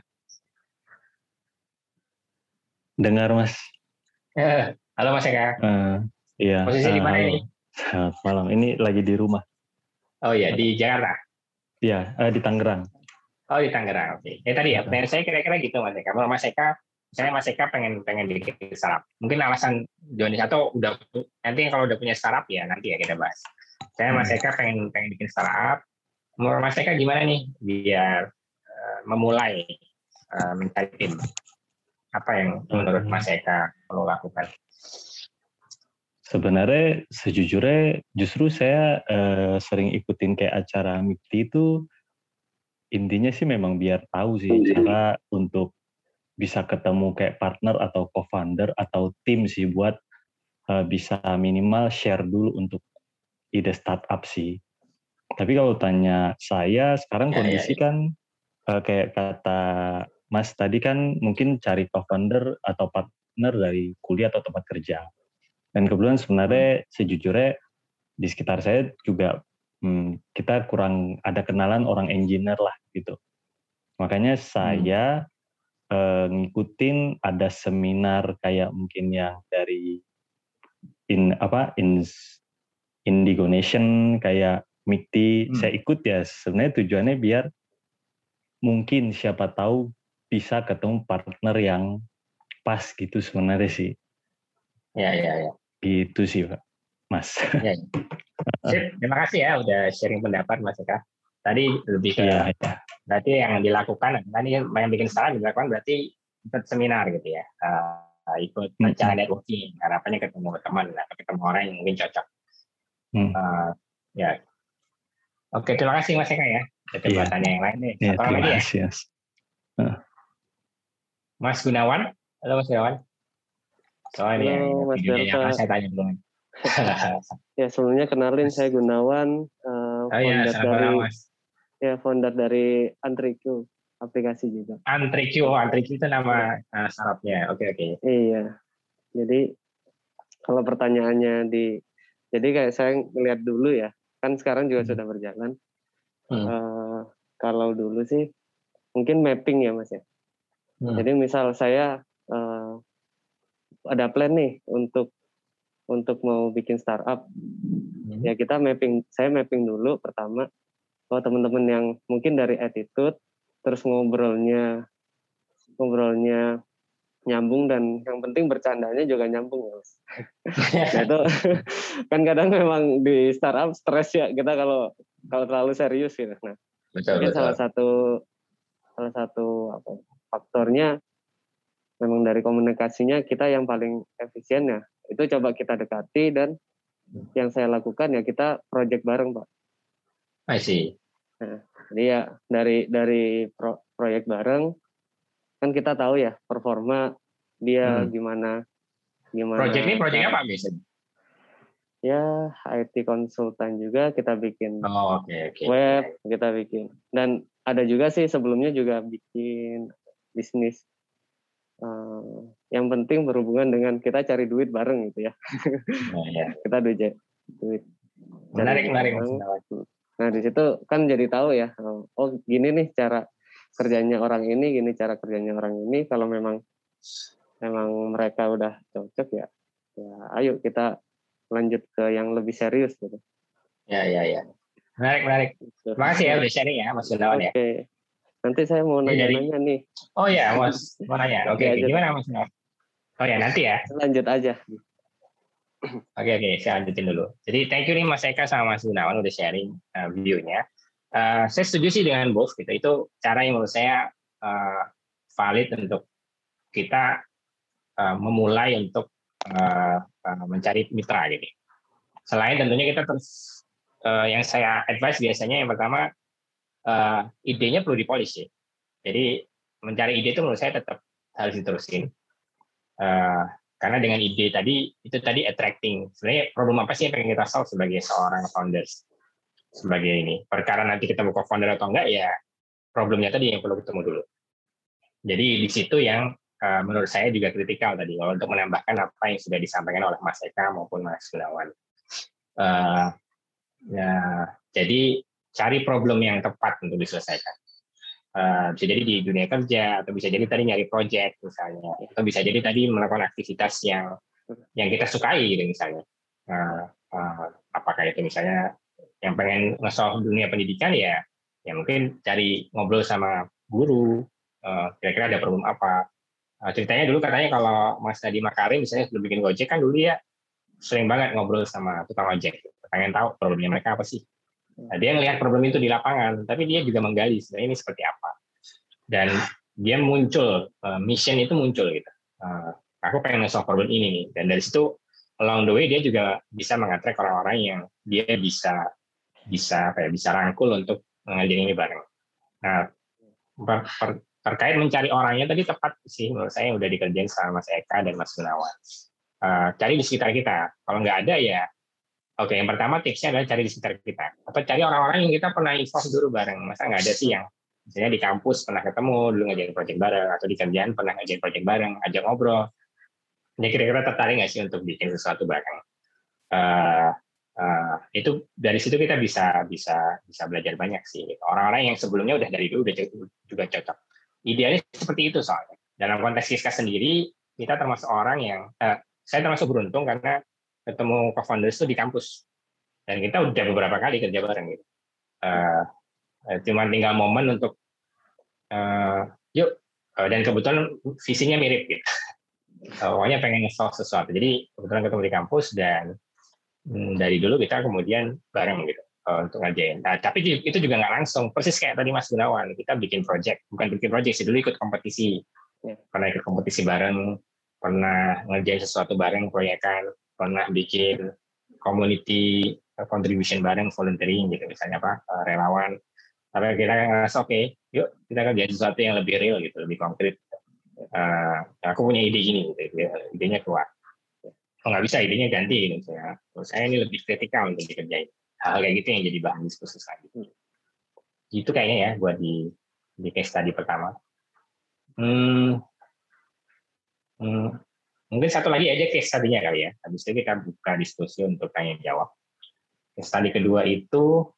Dengar Mas. Halo Mas Eka. Iya. Posisi di mana ini? Selamat malam. Ini lagi di rumah. Oh iya, di Jakarta. Iya, di Tangerang. Oh di Tangerang. Oke. Tadi ya, pertanyaan saya kira-kira gitu Mas Eka. Menurut Mas Eka, misalnya Mas Eka pengen bikin startup. Mungkin alasan Joni atau nanti kalau udah punya startup ya nanti ya kita bahas. Saya Mas Eka pengen bikin startup. Menurut Mas Eka gimana nih biar memulai mencari tim? Apa yang menurut Mas Eka perlu lakukan? Sebenarnya sejujurnya justru saya sering ikutin kayak acara MIKTI itu, intinya sih memang biar tahu sih cara untuk bisa ketemu kayak partner atau co-founder atau tim sih buat bisa minimal share dulu untuk ide startup sih. Tapi kalau tanya saya, sekarang kondisi kan kayak kata Mas tadi kan mungkin cari co-founder atau partner dari kuliah atau tempat kerja. Dan kebetulan sebenarnya sejujurnya di sekitar saya juga kita kurang ada kenalan orang engineer lah gitu. Makanya saya ngikutin ada seminar kayak mungkin yang dari Indigo Nation kayak MIKTI, saya ikut ya sebenarnya tujuannya biar mungkin siapa tahu bisa ketemu partner yang pas gitu sebenarnya sih. Ya. Gitu sih Pak, Mas. Ya. Sip, terima kasih ya udah sharing pendapat Mas Eka. Tadi lebih ke berarti yang dilakukan, tadi yang bikin salah dilakukan berarti ikut seminar gitu ya, ikut acara networking, harapannya ketemu teman, atau ketemu orang yang mungkin cocok. Ya, oke, terima kasih Mas Eka ya. Coba tanya yang lain nih. Satu orang lagi ya. Mas Gunawan, halo Mas Gunawan. Soalnya Mas videonya saya tanya belum. Ya sebelumnya kenalin saya Gunawan, founder dari Antriku, aplikasi juga. Antriku itu nama startupnya. Oke. Iya. Jadi kalau pertanyaannya jadi kayak saya ngeliat dulu ya, kan sekarang juga sudah berjalan. Kalau dulu sih mungkin mapping ya Mas ya. Jadi misal saya ada plan nih untuk mau bikin startup, ya saya mapping dulu pertama. Kalau teman-teman yang mungkin dari attitude, terus ngobrolnya nyambung dan yang penting bercandanya juga nyambung ya Mas. Nah, itu kan kadang memang di startup stres ya kita kalau terlalu serius gitu. Nah, mungkin salah satu faktornya memang dari komunikasinya kita yang paling efisien ya. Itu coba kita dekati dan yang saya lakukan ya kita project bareng Pak. I see. Nah, jadi ya dari proyek bareng kan kita tahu ya performa dia gimana. Project apa biasanya? Ya IT konsultan juga kita bikin. Oke. Web kita bikin. Dan ada juga sih sebelumnya juga bikin bisnis. Yang penting berhubungan dengan kita cari duit bareng gitu ya. Kita duit. Menarik. Nah di situ kan jadi tahu ya, oh gini nih cara kerjanya orang ini, gini cara kerjanya orang ini. Kalau memang mereka udah cocok ya ayo kita lanjut ke yang lebih serius gitu. Ya. Menarik. Terima kasih ya udah sharing ya Mas Gunawan ya. Oke. Nanti saya mau nanya-nanya nih. Oh ya Mas, mau nanya. Oke. Gimana Mas Gunawan? Oh ya nanti ya. Lanjut aja. Oke, saya lanjutin dulu. Jadi thank you nih Mas Eka sama Mas Gunawan udah sharing view-nya. Saya setuju sih dengan both gitu. Itu cara yang menurut saya valid untuk kita memulai untuk mencari mitra gitu. Selain tentunya kita terus yang saya advise biasanya yang pertama idenya perlu dipolish ya. Jadi mencari ide itu menurut saya tetap harus diterusin. Karena dengan ide itu tadi attracting. Sebenarnya problem apa sih yang pengen kita solve sebagai seorang founders? Sebagai ini. Perkara nanti kita mau co-founder atau enggak, ya problemnya tadi yang perlu ketemu dulu. Jadi di situ yang menurut saya juga kritikal tadi, untuk menambahkan apa yang sudah disampaikan oleh Mas Eka maupun Mas Gunawan. Jadi cari problem yang tepat untuk diselesaikan. Bisa jadi di dunia kerja, atau bisa jadi tadi nyari project misalnya, atau bisa jadi tadi melakukan aktivitas yang kita sukai gitu misalnya. Apakah itu misalnya yang pengen nge-solve dunia pendidikan ya mungkin cari ngobrol sama guru, kira-kira ada problem apa. Ceritanya dulu katanya kalau Mas Nadiem Makarim misalnya sebelum bikin Gojek kan dulu ya sering banget ngobrol sama tukang ojek, pengen tahu problemnya mereka apa sih. Nah, dia melihat problem itu di lapangan, tapi dia juga menggali sebenarnya ini seperti apa. Dan dia muncul, mission itu muncul gitu. Aku pengen solve problem ini nih. Dan dari situ along the way dia juga bisa mengattract orang-orang yang dia bisa rangkul untuk mengajarin ini bareng. Nah, terkait mencari orangnya tadi tepat sih menurut saya udah dikerjain sama Mas Eka dan Mas Gunawan. cari di sekitar kita. Kalau nggak ada ya, oke, yang pertama tipsnya adalah cari di sekitar kita. Atau cari orang-orang yang kita pernah involve dulu bareng. Masa nggak ada sih yang misalnya di kampus pernah ketemu, dulu ngerjain project bareng, atau di kerjaan pernah ngerjain project bareng, ajak ngobrol. Ini kira-kira tertarik nggak sih untuk bikin sesuatu bareng? Itu dari situ kita bisa belajar banyak sih. Orang-orang yang sebelumnya udah dari dulu udah juga cocok. Idealnya seperti itu soalnya. Dalam konteks Siska sendiri, kita termasuk orang yang saya termasuk beruntung karena ketemu co-founders itu di kampus dan kita udah beberapa kali kerja bareng gitu. Cuma tinggal momen untuk yuk, dan kebetulan visinya mirip gitu. Pokoknya pengen nge-solve sesuatu. Jadi kebetulan ketemu di kampus dan dari dulu kita kemudian bareng gitu untuk ngerjain. Nah, tapi itu juga nggak langsung. Persis kayak tadi Mas Gunawan, kita bikin project, bukan bikin project sih, dulu ikut kompetisi. Pernah ikut kompetisi bareng, pernah ngerjain sesuatu bareng, proyekan, pernah bikin community contribution bareng, volunteering gitu, misalnya apa, relawan. Tapi kita ngerasa oke, yuk kita kerjain sesuatu yang lebih real gitu, lebih konkret. Aku punya ide gini, gitu, idenya keluar. Oh, nggak bisa, idenya ganti gitu. Saya ini lebih kritikal untuk dikerjain. Hal kayak gitu yang jadi bahan diskusi selanjutnya. Itu kayaknya ya buat di case study pertama. Mungkin satu lagi aja case study-nya kali ya. Habis itu kita buka diskusi untuk tanya jawab. Case study kedua itu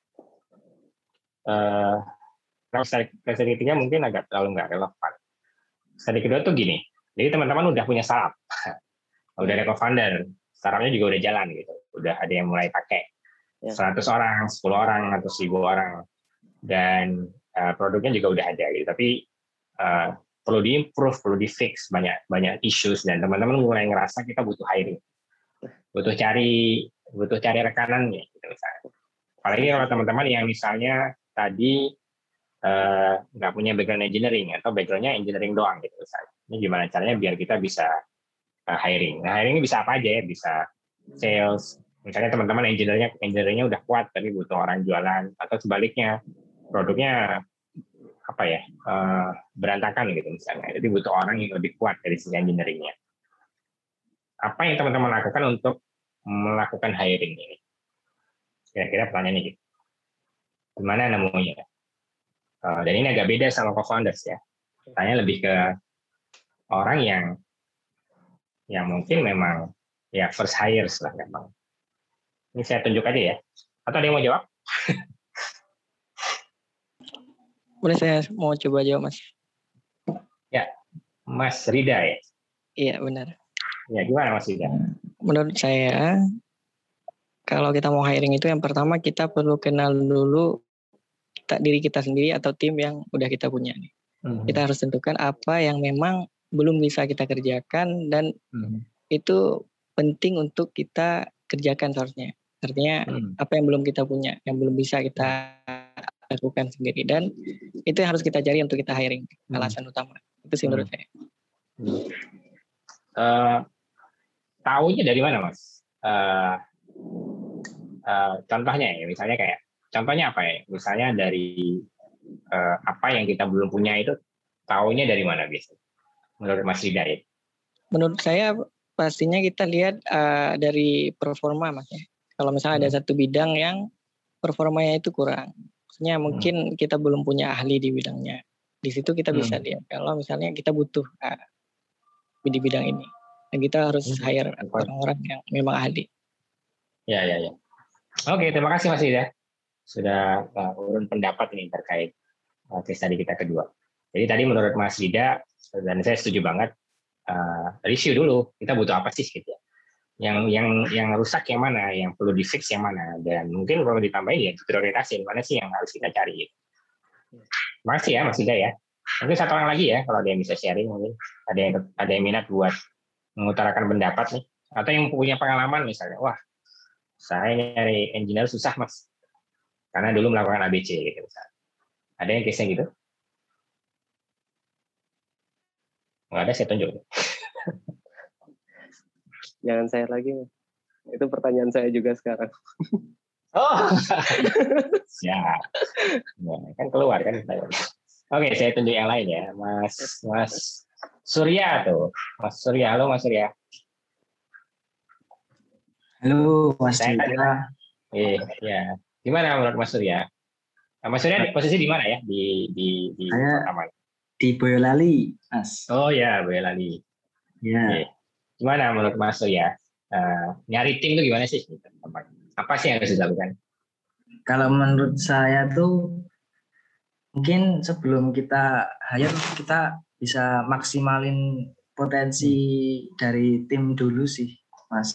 case study ketiga mungkin agak terlalu nggak relevan. Study kedua tuh gini. Jadi teman-teman udah punya startup. Udah ada co-founder, startupnya juga udah jalan gitu, udah ada yang mulai pakai 100 orang, 10 orang, atau 1000 orang, dan produknya juga udah ada gitu. Tapi perlu di-improve, perlu di-fix, banyak issues, dan teman-teman mulai ngerasa kita butuh hiring, butuh cari rekanannya gitu misalnya. Apalagi kalau teman-teman yang misalnya tadi nggak punya background engineering atau backgroundnya engineering doang gitu misalnya. Ini gimana caranya biar kita bisa hiring. Nah, hiring ini bisa apa aja ya, bisa sales. Misalnya teman-teman engineer-nya udah kuat tapi butuh orang jualan, atau sebaliknya produknya apa ya, berantakan gitu misalnya. Jadi butuh orang yang lebih kuat dari sisi engineering-nya. Apa yang teman-teman lakukan untuk melakukan hiring ini? Kira-kira pertanyaannya gitu. Gimana nemunya? Dan ini agak beda sama co-founders ya. Tanya lebih ke orang yang mungkin memang ya first hires lah memang. Ini saya tunjuk aja ya. Atau ada yang mau jawab? Boleh, saya mau coba jawab, Mas. Ya, Mas Rida ya? Iya, benar. Ya, gimana Mas Rida? Menurut saya, kalau kita mau hiring itu yang pertama kita perlu kenal dulu diri kita sendiri atau tim yang udah kita punya. Kita harus tentukan apa yang memang belum bisa kita kerjakan dan itu penting untuk kita kerjakan seharusnya. Artinya apa yang belum kita punya, yang belum bisa kita lakukan sendiri, dan itu yang harus kita cari untuk kita hiring. Alasan utama itu sih menurut saya. Taunya dari mana Mas? Contohnya ya, misalnya kayak contohnya apa ya? Misalnya dari apa yang kita belum punya itu taunya dari mana biasanya? Menurut Mas Rida ya? Menurut saya pastinya kita lihat dari performa, Mas ya. Kalau misalnya ada satu bidang yang performanya itu kurang, maksudnya mungkin kita belum punya ahli di bidangnya. Di situ kita bisa lihat kalau misalnya kita butuh di bidang ini, dan kita harus hire orang-orang yang memang ahli. Ya. Oke, terima kasih Mas Rida sudah urun pendapat ini terkait case study kita kedua. Jadi tadi menurut Mas Rida, dan saya setuju banget, review dulu kita butuh apa sih gitu ya. Yang rusak yang mana, yang perlu di fix yang mana, dan mungkin kalau ditambahin ya prioritasin mana sih yang harus kita cari. Gitu. Terima kasih ya Mas Rida ya. Mungkin satu orang lagi ya kalau ada yang bisa sharing, mungkin ada yang minat buat mengutarakan pendapat nih, atau yang punya pengalaman misalnya, wah saya nyari engineer susah Mas, karena dulu melakukan ABC gitu misalnya. Ada yang case-nya gitu? Nggak ada, saya tunjuk. Jangan saya lagi. Itu pertanyaan saya juga sekarang. Oh, siap. Ya, kan keluar kan. Oke, saya tunjuk yang lain ya, Mas Surya tuh. Mas Surya, halo Mas Surya. Halo Mas Saya tadi, Yuda. ya. Gimana menurut Mas Surya? Nah, Mas Surya posisi di mana ya? Di Saya kota mana? di Boyolali, Mas. Oh ya, Boyolali. Ya, Gimana menurut Mas Surya? Nyari tim itu gimana sih? Apa sih yang harus dilakukan? kalau menurut saya tuh mungkin sebelum kita hire kita bisa maksimalin potensi dari tim dulu sih, Mas.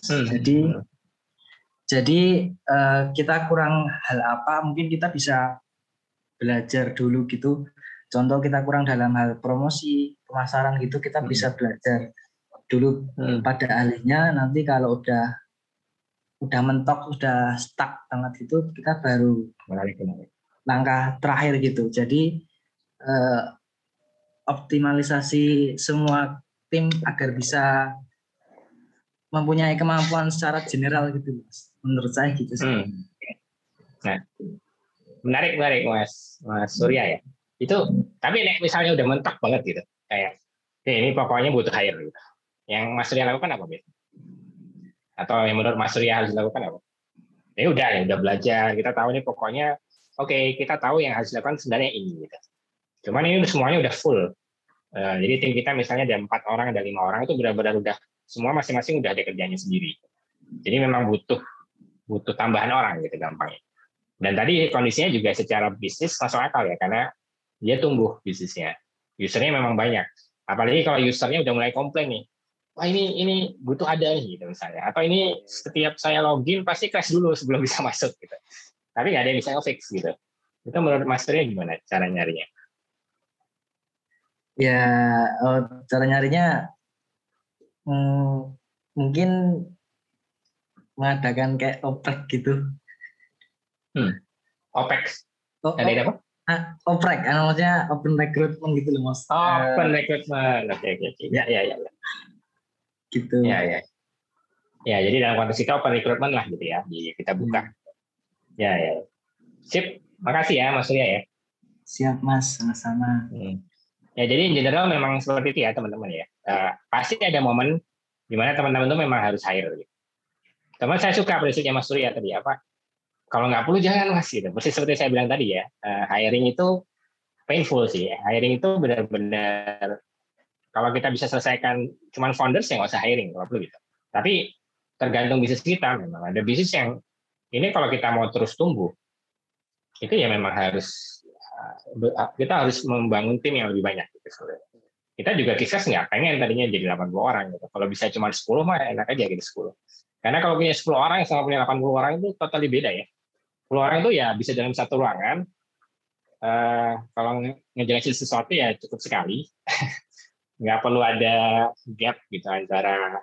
Jadi kita kurang hal apa, mungkin kita bisa belajar dulu gitu. Contoh kita kurang dalam hal promosi, pemasaran gitu, kita bisa belajar dulu pada ahlinya. Nanti kalau udah mentok, udah stuck banget itu, kita baru Menarik. langkah terakhir gitu. Jadi optimalisasi semua tim agar bisa mempunyai kemampuan secara general gitu, Mas. Menurut saya gitu sih. Nah, menarik Mas Surya ya. Itu tapi misalnya udah mentok banget gitu, kayak ini pokoknya butuh hire gitu. Yang Mas Surya lakukan apa, Bet? Atau yang menurut Mas Surya harus dilakukan apa? Ya udah belajar, kita tahu nih pokoknya oke, kita tahu yang harus dilakukan sebenarnya ini gitu. Cuman ini semuanya udah full. Jadi tim kita misalnya ada 4 orang, ada 5 orang, itu benar-benar udah semua masing-masing udah ada kerjanya sendiri. Jadi memang butuh tambahan orang gitu gampangnya. Dan tadi kondisinya juga secara bisnis masuk akal ya, karena dia tumbuh bisnisnya. Usernya memang banyak. Apalagi kalau usernya udah mulai komplain nih, wah ini butuh ada nih gitu misalnya. Atau ini setiap saya login pasti crash dulu sebelum bisa masuk gitu. Tapi nggak ada yang bisa nge-fix gitu. Itu menurut Mas Surya gimana cara nyarinya? Ya, cara nyarinya mungkin mengadakan kayak oprek gitu. OPEX? Ada apa? Oprek, maksudnya open recruitment gitu loh, Mas. Open recruitment, oke. Ya. Gitu. Ya, jadi dalam konteks kita open recruitment lah gitu ya, kita buka. Ya. Sip, makasih ya Mas Surya ya. Siap Mas, sama-sama. Ya jadi in general memang seperti itu ya teman-teman ya. Pasti ada momen di mana teman-teman itu memang harus hire. Gitu. Teman saya suka prinsipnya Mas Surya tadi apa? Kalau nggak perlu jangan Mas gitu. Persis seperti saya bilang tadi ya, hiring itu painful sih. Hiring itu benar-benar kalau kita bisa selesaikan cuman founders ya nggak usah hiring kalau perlu gitu. Tapi tergantung bisnis kita memang ada bisnis yang ini kalau kita mau terus tumbuh itu ya memang kita harus membangun tim yang lebih banyak gitu. Kita juga Kisses nggak pengen tadinya jadi 80 orang gitu. Kalau bisa cuma 10 mah enak aja gitu 10. Karena kalau punya 10 orang sama punya 80 orang itu totally beda ya. 10 orang itu ya bisa dalam satu ruangan. Kalau ngejelasin sesuatu ya cukup sekali. Nggak perlu ada gap gitu antara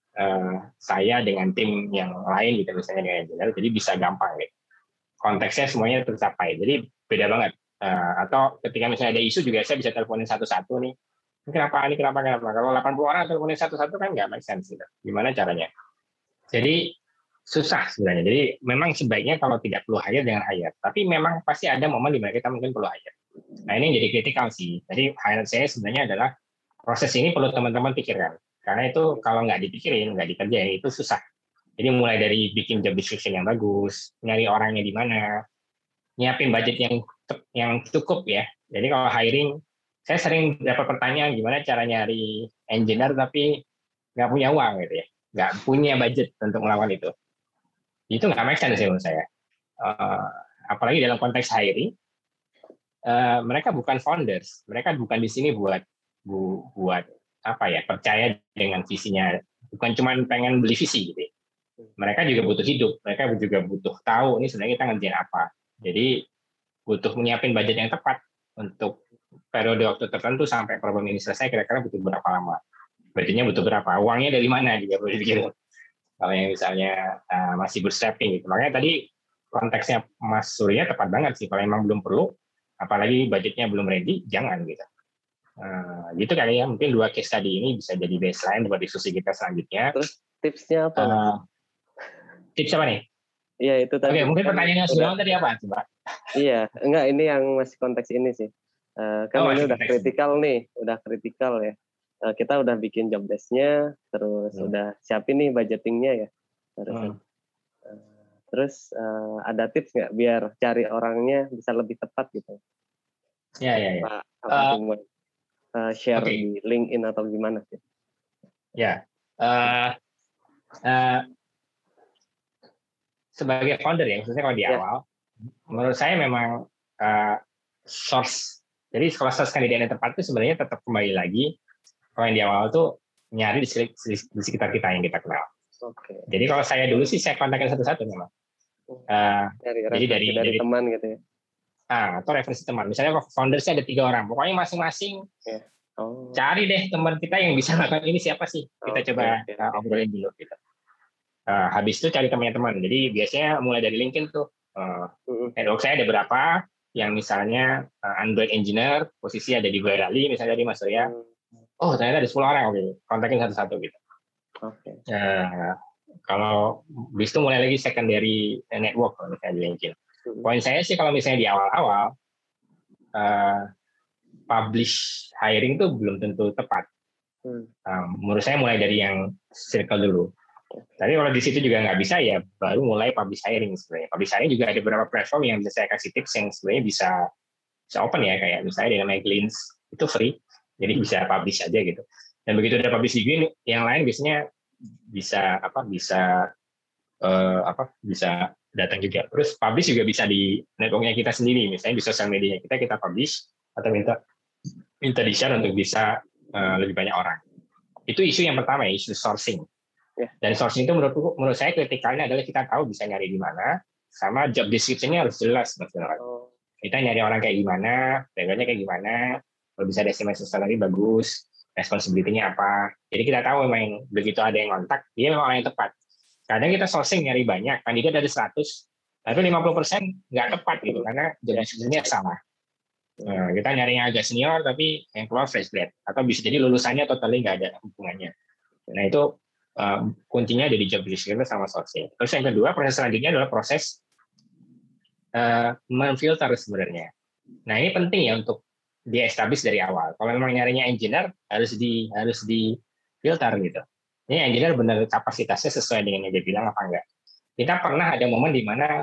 saya dengan tim yang lain gitu misalnya dengan engineer. Jadi bisa gampang gitu. Konteksnya semuanya tercapai. Jadi beda banget. Atau ketika misalnya ada isu juga saya bisa teleponin satu-satu nih. Kenapa? Kalau 80 orang teleponin satu-satu kan nggak make sense gitu. Gimana caranya? Jadi susah sebenarnya. Jadi memang sebaiknya kalau tidak perlu hire dengan hire. Tapi memang pasti ada momen di mana kita mungkin perlu hire. Nah ini jadi kritikal sih. Jadi hire saya sebenarnya adalah proses ini perlu teman-teman pikirkan. Karena itu kalau nggak dipikirin, nggak dikerjain itu susah. Jadi mulai dari bikin job description yang bagus, nyari orangnya di mana, nyiapin budget yang cukup ya. Jadi kalau hiring, saya sering dapat pertanyaan gimana cara nyari engineer tapi nggak punya uang gitu ya, nggak punya budget untuk melakukan itu. Itu nggak make sense sih menurut saya. Apalagi dalam konteks hiring, mereka bukan founders, mereka bukan di sini buat apa ya, percaya dengan visinya, bukan cuma pengen beli visi gitu. Mereka juga butuh hidup, mereka juga butuh tahu ini sebenarnya kita ngerjain apa. Jadi butuh menyiapin budget yang tepat untuk periode waktu tertentu sampai problem ini selesai, kira-kira butuh berapa lama, budgetnya butuh berapa, uangnya dari mana juga perlu dipikir. Kalau yang misalnya masih bootstrapping gitu. Makanya tadi konteksnya Mas Surya tepat banget sih. Kalau memang belum perlu, apalagi budgetnya belum ready, jangan gitu. Gitu kali ya. Mungkin 2 case tadi ini bisa jadi baseline buat diskusi kita selanjutnya. Terus tipsnya apa? Tips apa nih? Iya itu tadi. Oke, mungkin pertanyaannya sudah tadi apa coba? Iya, enggak ini yang masih konteks ini sih. Kan ini udah kritikal nih, udah kritikal ya. Kita udah bikin job desk-nya, terus udah siapin nih budgeting-nya ya. Terus ada tips nggak biar cari orangnya bisa lebih tepat gitu? Ya. Apa cuma share Oke. di LinkedIn atau gimana sih? Ya. Sebagai founder ya, khususnya kalau di Ya. awal, menurut saya memang source. Jadi kalau source kandidat yang tepat itu sebenarnya tetap kembali lagi kalau yang di awal tuh nyari di sekitar kita yang kita kenal. Oke. Jadi kalau saya dulu sih saya kontakin satu-satu memang. Jadi dari teman gitu ya. Atau referensi teman. Misalnya foundersnya ada 3 orang, pokoknya masing-masing cari deh teman kita yang bisa melakukan ini siapa sih. Kita coba obrolin dulu gitu. Habis itu cari temannya teman. Jadi biasanya mulai dari LinkedIn tuh. Network saya ada berapa yang misalnya Android engineer, posisi ada di Boyolali, misalnya di Mas Surya. Oh ternyata ada 10 orang, oke. Kontakin satu-satu gitu. Kalau bis itu mulai lagi secondary network kalau misalnya di LinkedIn. Poin saya sih kalau misalnya di awal-awal publish hiring itu belum tentu tepat. Menurut saya mulai dari yang circle dulu. Tapi kalau di situ juga nggak bisa ya baru mulai publish hiring sebenarnya. Publish hiring juga ada beberapa platform yang bisa saya kasih tips yang sebenarnya bisa open ya, kayak misalnya namanya Glints itu free, jadi bisa publish aja gitu. Dan begitu udah publish di Glints, yang lain biasanya bisa datang juga. Terus publish juga bisa di networknya kita sendiri, misalnya di sosial medianya kita publish atau minta di-share untuk bisa lebih banyak orang. Itu isu yang pertama ya, isu sourcing. Dan sourcing itu menurut saya kritikalnya adalah kita tahu bisa nyari di mana, sama job description-nya harus jelas. Kita nyari orang kayak gimana, background-nya kayak gimana, kalau bisa ada estimasi salary bagus, responsibility-nya apa. Jadi kita tahu memang begitu ada yang kontak, dia memang orang yang tepat. Kadang kita sourcing nyari banyak, kandidat dari 100, tapi 50% nggak tepat gitu, karena job description-nya salah. Kita nyari yang agak senior, tapi yang keluar fresh grad. Atau bisa jadi lulusannya totally nggak ada hubungannya. Nah itu kuncinya ada di job description sama sourcing. Terus yang kedua, proses selanjutnya adalah proses memfilter sebenarnya. Nah ini penting ya untuk di-establish dari awal. Kalau memang nyarinya engineer harus di filter gitu. Ini engineer benar kapasitasnya sesuai dengan yang dia bilang apa enggak. Kita pernah ada momen di mana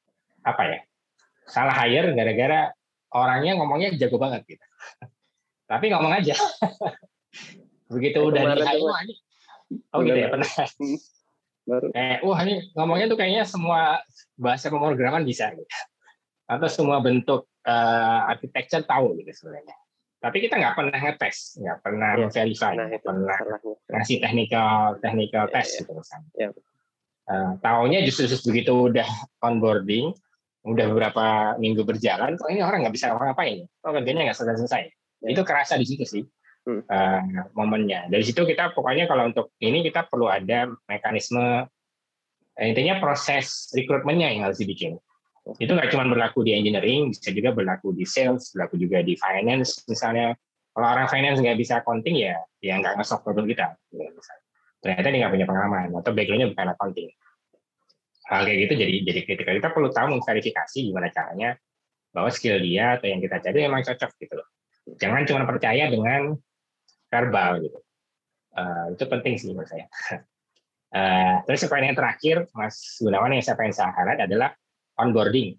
salah hire gara-gara orangnya ngomongnya jago banget gitu. Tapi ngomong aja. Begitu udah di hire aja. Oh gitu ya pernah. Ini ngomongnya tuh kayaknya semua bahasa pemrograman bisa gitu. Atau semua bentuk architecture tahu gitu sebenarnya. Tapi kita nggak pernah ngetes, nggak pernah verify, nggak pernah ngasih technical test gitu misalnya. Taunya justru begitu udah onboarding, udah beberapa minggu berjalan, kok ini orang nggak bisa ngapain, kerjanya nggak selesai. Itu kerasa di situ sih momennya. Dari situ kita pokoknya kalau untuk ini kita perlu ada mekanisme, intinya proses rekrutmennya yang harus dibikin. Itu nggak cuma berlaku di engineering, bisa juga berlaku di sales, berlaku juga di finance misalnya. Kalau orang finance nggak bisa accounting ya nggak nge-solve problem kita. Ternyata dia nggak punya pengalaman atau background-nya bukan accounting. Hal kayak gitu jadi kritikal. Kita perlu tahu memverifikasi gimana caranya bahwa skill dia atau yang kita cari memang cocok gitu loh. Jangan cuma percaya dengan verbal gitu. Itu penting sih menurut saya. Terus poin yang terakhir, Mas Gunawan, yang saya pengen highlight adalah onboarding.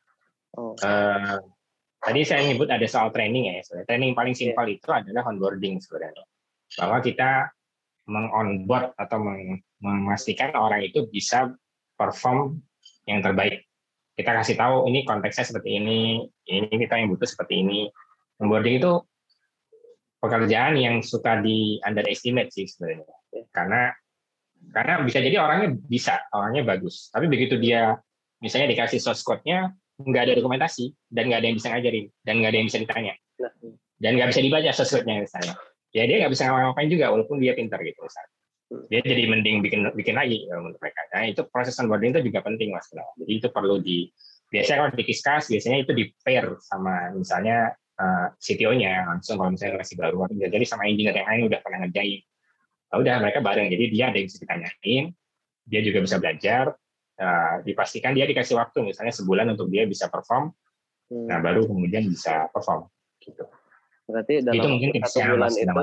Tadi saya nyebut ada soal training ya. Training paling simpel itu adalah onboarding sebenarnya. Bahwa kita meng-onboard atau memastikan orang itu bisa perform yang terbaik. Kita kasih tahu ini konteksnya seperti ini kita yang butuh seperti ini. Onboarding itu pekerjaan yang suka di underestimate sih sebenarnya. Karena bisa jadi orangnya bagus, tapi begitu dia misalnya dikasih source code-nya nggak ada dokumentasi dan nggak ada yang bisa ngajarin dan nggak ada yang bisa ditanya dan nggak bisa dibaca source code-nya misalnya, ya dia nggak bisa ngapain juga walaupun dia pintar gitu misalnya. Dia jadi mending bikin lagi untuk mereka. Nah itu proses onboarding itu juga penting Mas. Jadi itu perlu biasanya kalau di-discuss biasanya itu di-pair sama misalnya CTO-nya langsung kalau misalnya masih baru, atau jadi sama engineer yang lain udah pernah ngerjain. Udah mereka bareng, jadi dia ada yang bisa ditanyain, dia juga bisa belajar, dipastikan dia dikasih waktu misalnya sebulan untuk dia bisa perform, nah baru kemudian bisa perform gitu. Berarti dalam itu mungkin 1 bulan itu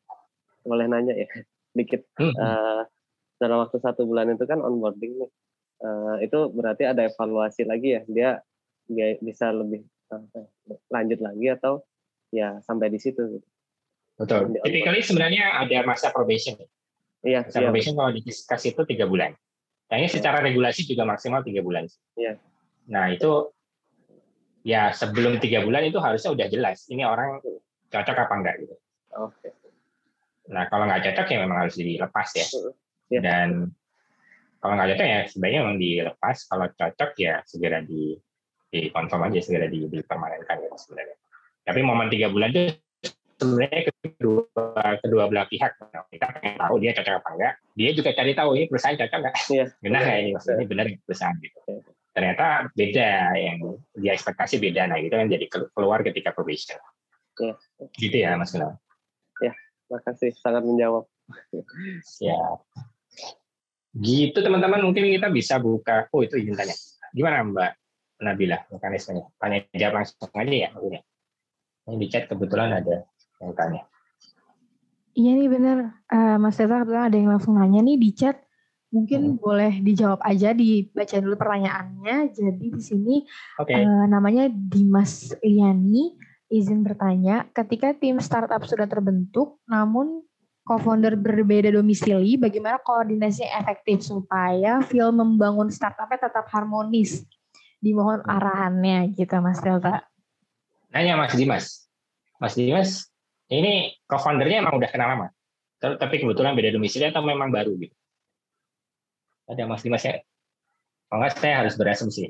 boleh nanya ya dikit. Dalam waktu 1 bulan itu kan onboarding nih, itu berarti ada evaluasi lagi ya, dia bisa lebih lanjut lagi atau ya sampai di situ gitu. Betul. Typically sebenarnya ada masa probation. Iya. Masa probation kalau di Kiskas itu 3 bulan. Kayaknya secara regulasi juga maksimal 3 bulan. Iya. Nah itu ya sebelum 3 bulan itu harusnya udah jelas ini orang cocok apa enggak gitu. Oke. Nah kalau nggak cocok ya memang harus dilepas ya. Iya. Dan kalau nggak cocok ya sebenarnya memang dilepas. Kalau cocok ya segera di confirm aja, segera dipermanenkan gitu sebenarnya. Tapi momen 3 bulan itu sebenarnya kedua belah pihak kita pengen tahu dia cocok apa enggak, dia juga cari tahu ini perusahaan cocok enggak, benar nggak ini maksudnya benar perusahaan gitu. Ternyata beda, yang dia ekspektasi beda, nah gitu kan jadi keluar ketika probation. Gitu ya Mas Gunawan. Ya, makasih sangat menjawab. Ya, gitu teman-teman, mungkin kita bisa buka. Oh itu izin tanya, gimana Mbak Nabila mekanismenya? Tanya jawab langsung aja ya mungkin. Ini di chat kebetulan ada yang tanya. Iya nih benar, Mas Teta kebetulan ada yang langsung nanya nih di chat. Mungkin boleh dijawab aja, dibaca dulu pertanyaannya. Jadi di sini namanya Dimas Liani, izin bertanya, ketika tim startup sudah terbentuk, namun co-founder berbeda domisili, bagaimana koordinasinya efektif supaya feel membangun startupnya tetap harmonis? Dimohon arahannya gitu Mas Delta. Nanya Mas Dimas, ini co-foundernya emang udah kenal lama? Tapi kebetulan beda domisili atau memang baru gitu? Ada Mas Dimas ya? Kalau nggak saya harus berasumsi.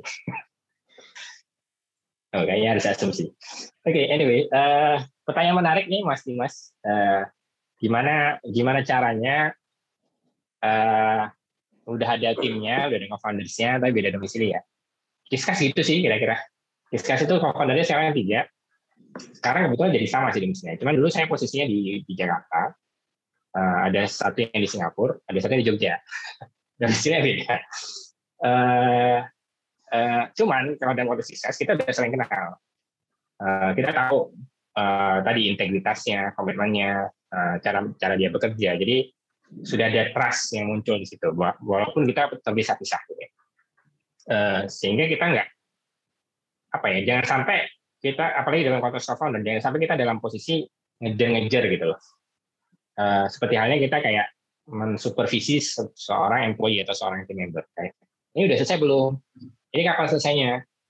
Kayaknya harus asumsi. Anyway, pertanyaan menarik nih Mas Dimas. Gimana caranya udah ada timnya, udah ada co-foundersnya, tapi beda domisili ya? Kiskas gitu sih kira-kira. Kiskas itu co-foundernya sekarang 3. Sekarang kebetulan jadi sama sih domisilinya. Cuman dulu saya posisinya di Jakarta. Ada satu yang di Singapura, ada satu yang di Jogja. Domisilinya beda. Cuman kalau dalam konteks Kiskas kita udah sering kenal. Kita tahu tadi integritasnya, komitmennya, cara dia bekerja. Jadi sudah ada trust yang muncul di situ. Walaupun kita terpisah-pisah. Gitu. Sehingga kita nggak jangan sampai kita, apalagi dalam konteks co-founder, jangan sampai kita dalam posisi ngejar-ngejar gitu loh. Seperti halnya kita kayak mensupervisi seorang employee atau seorang team member. Kayak, ini udah selesai belum? Ini kapan selesainya?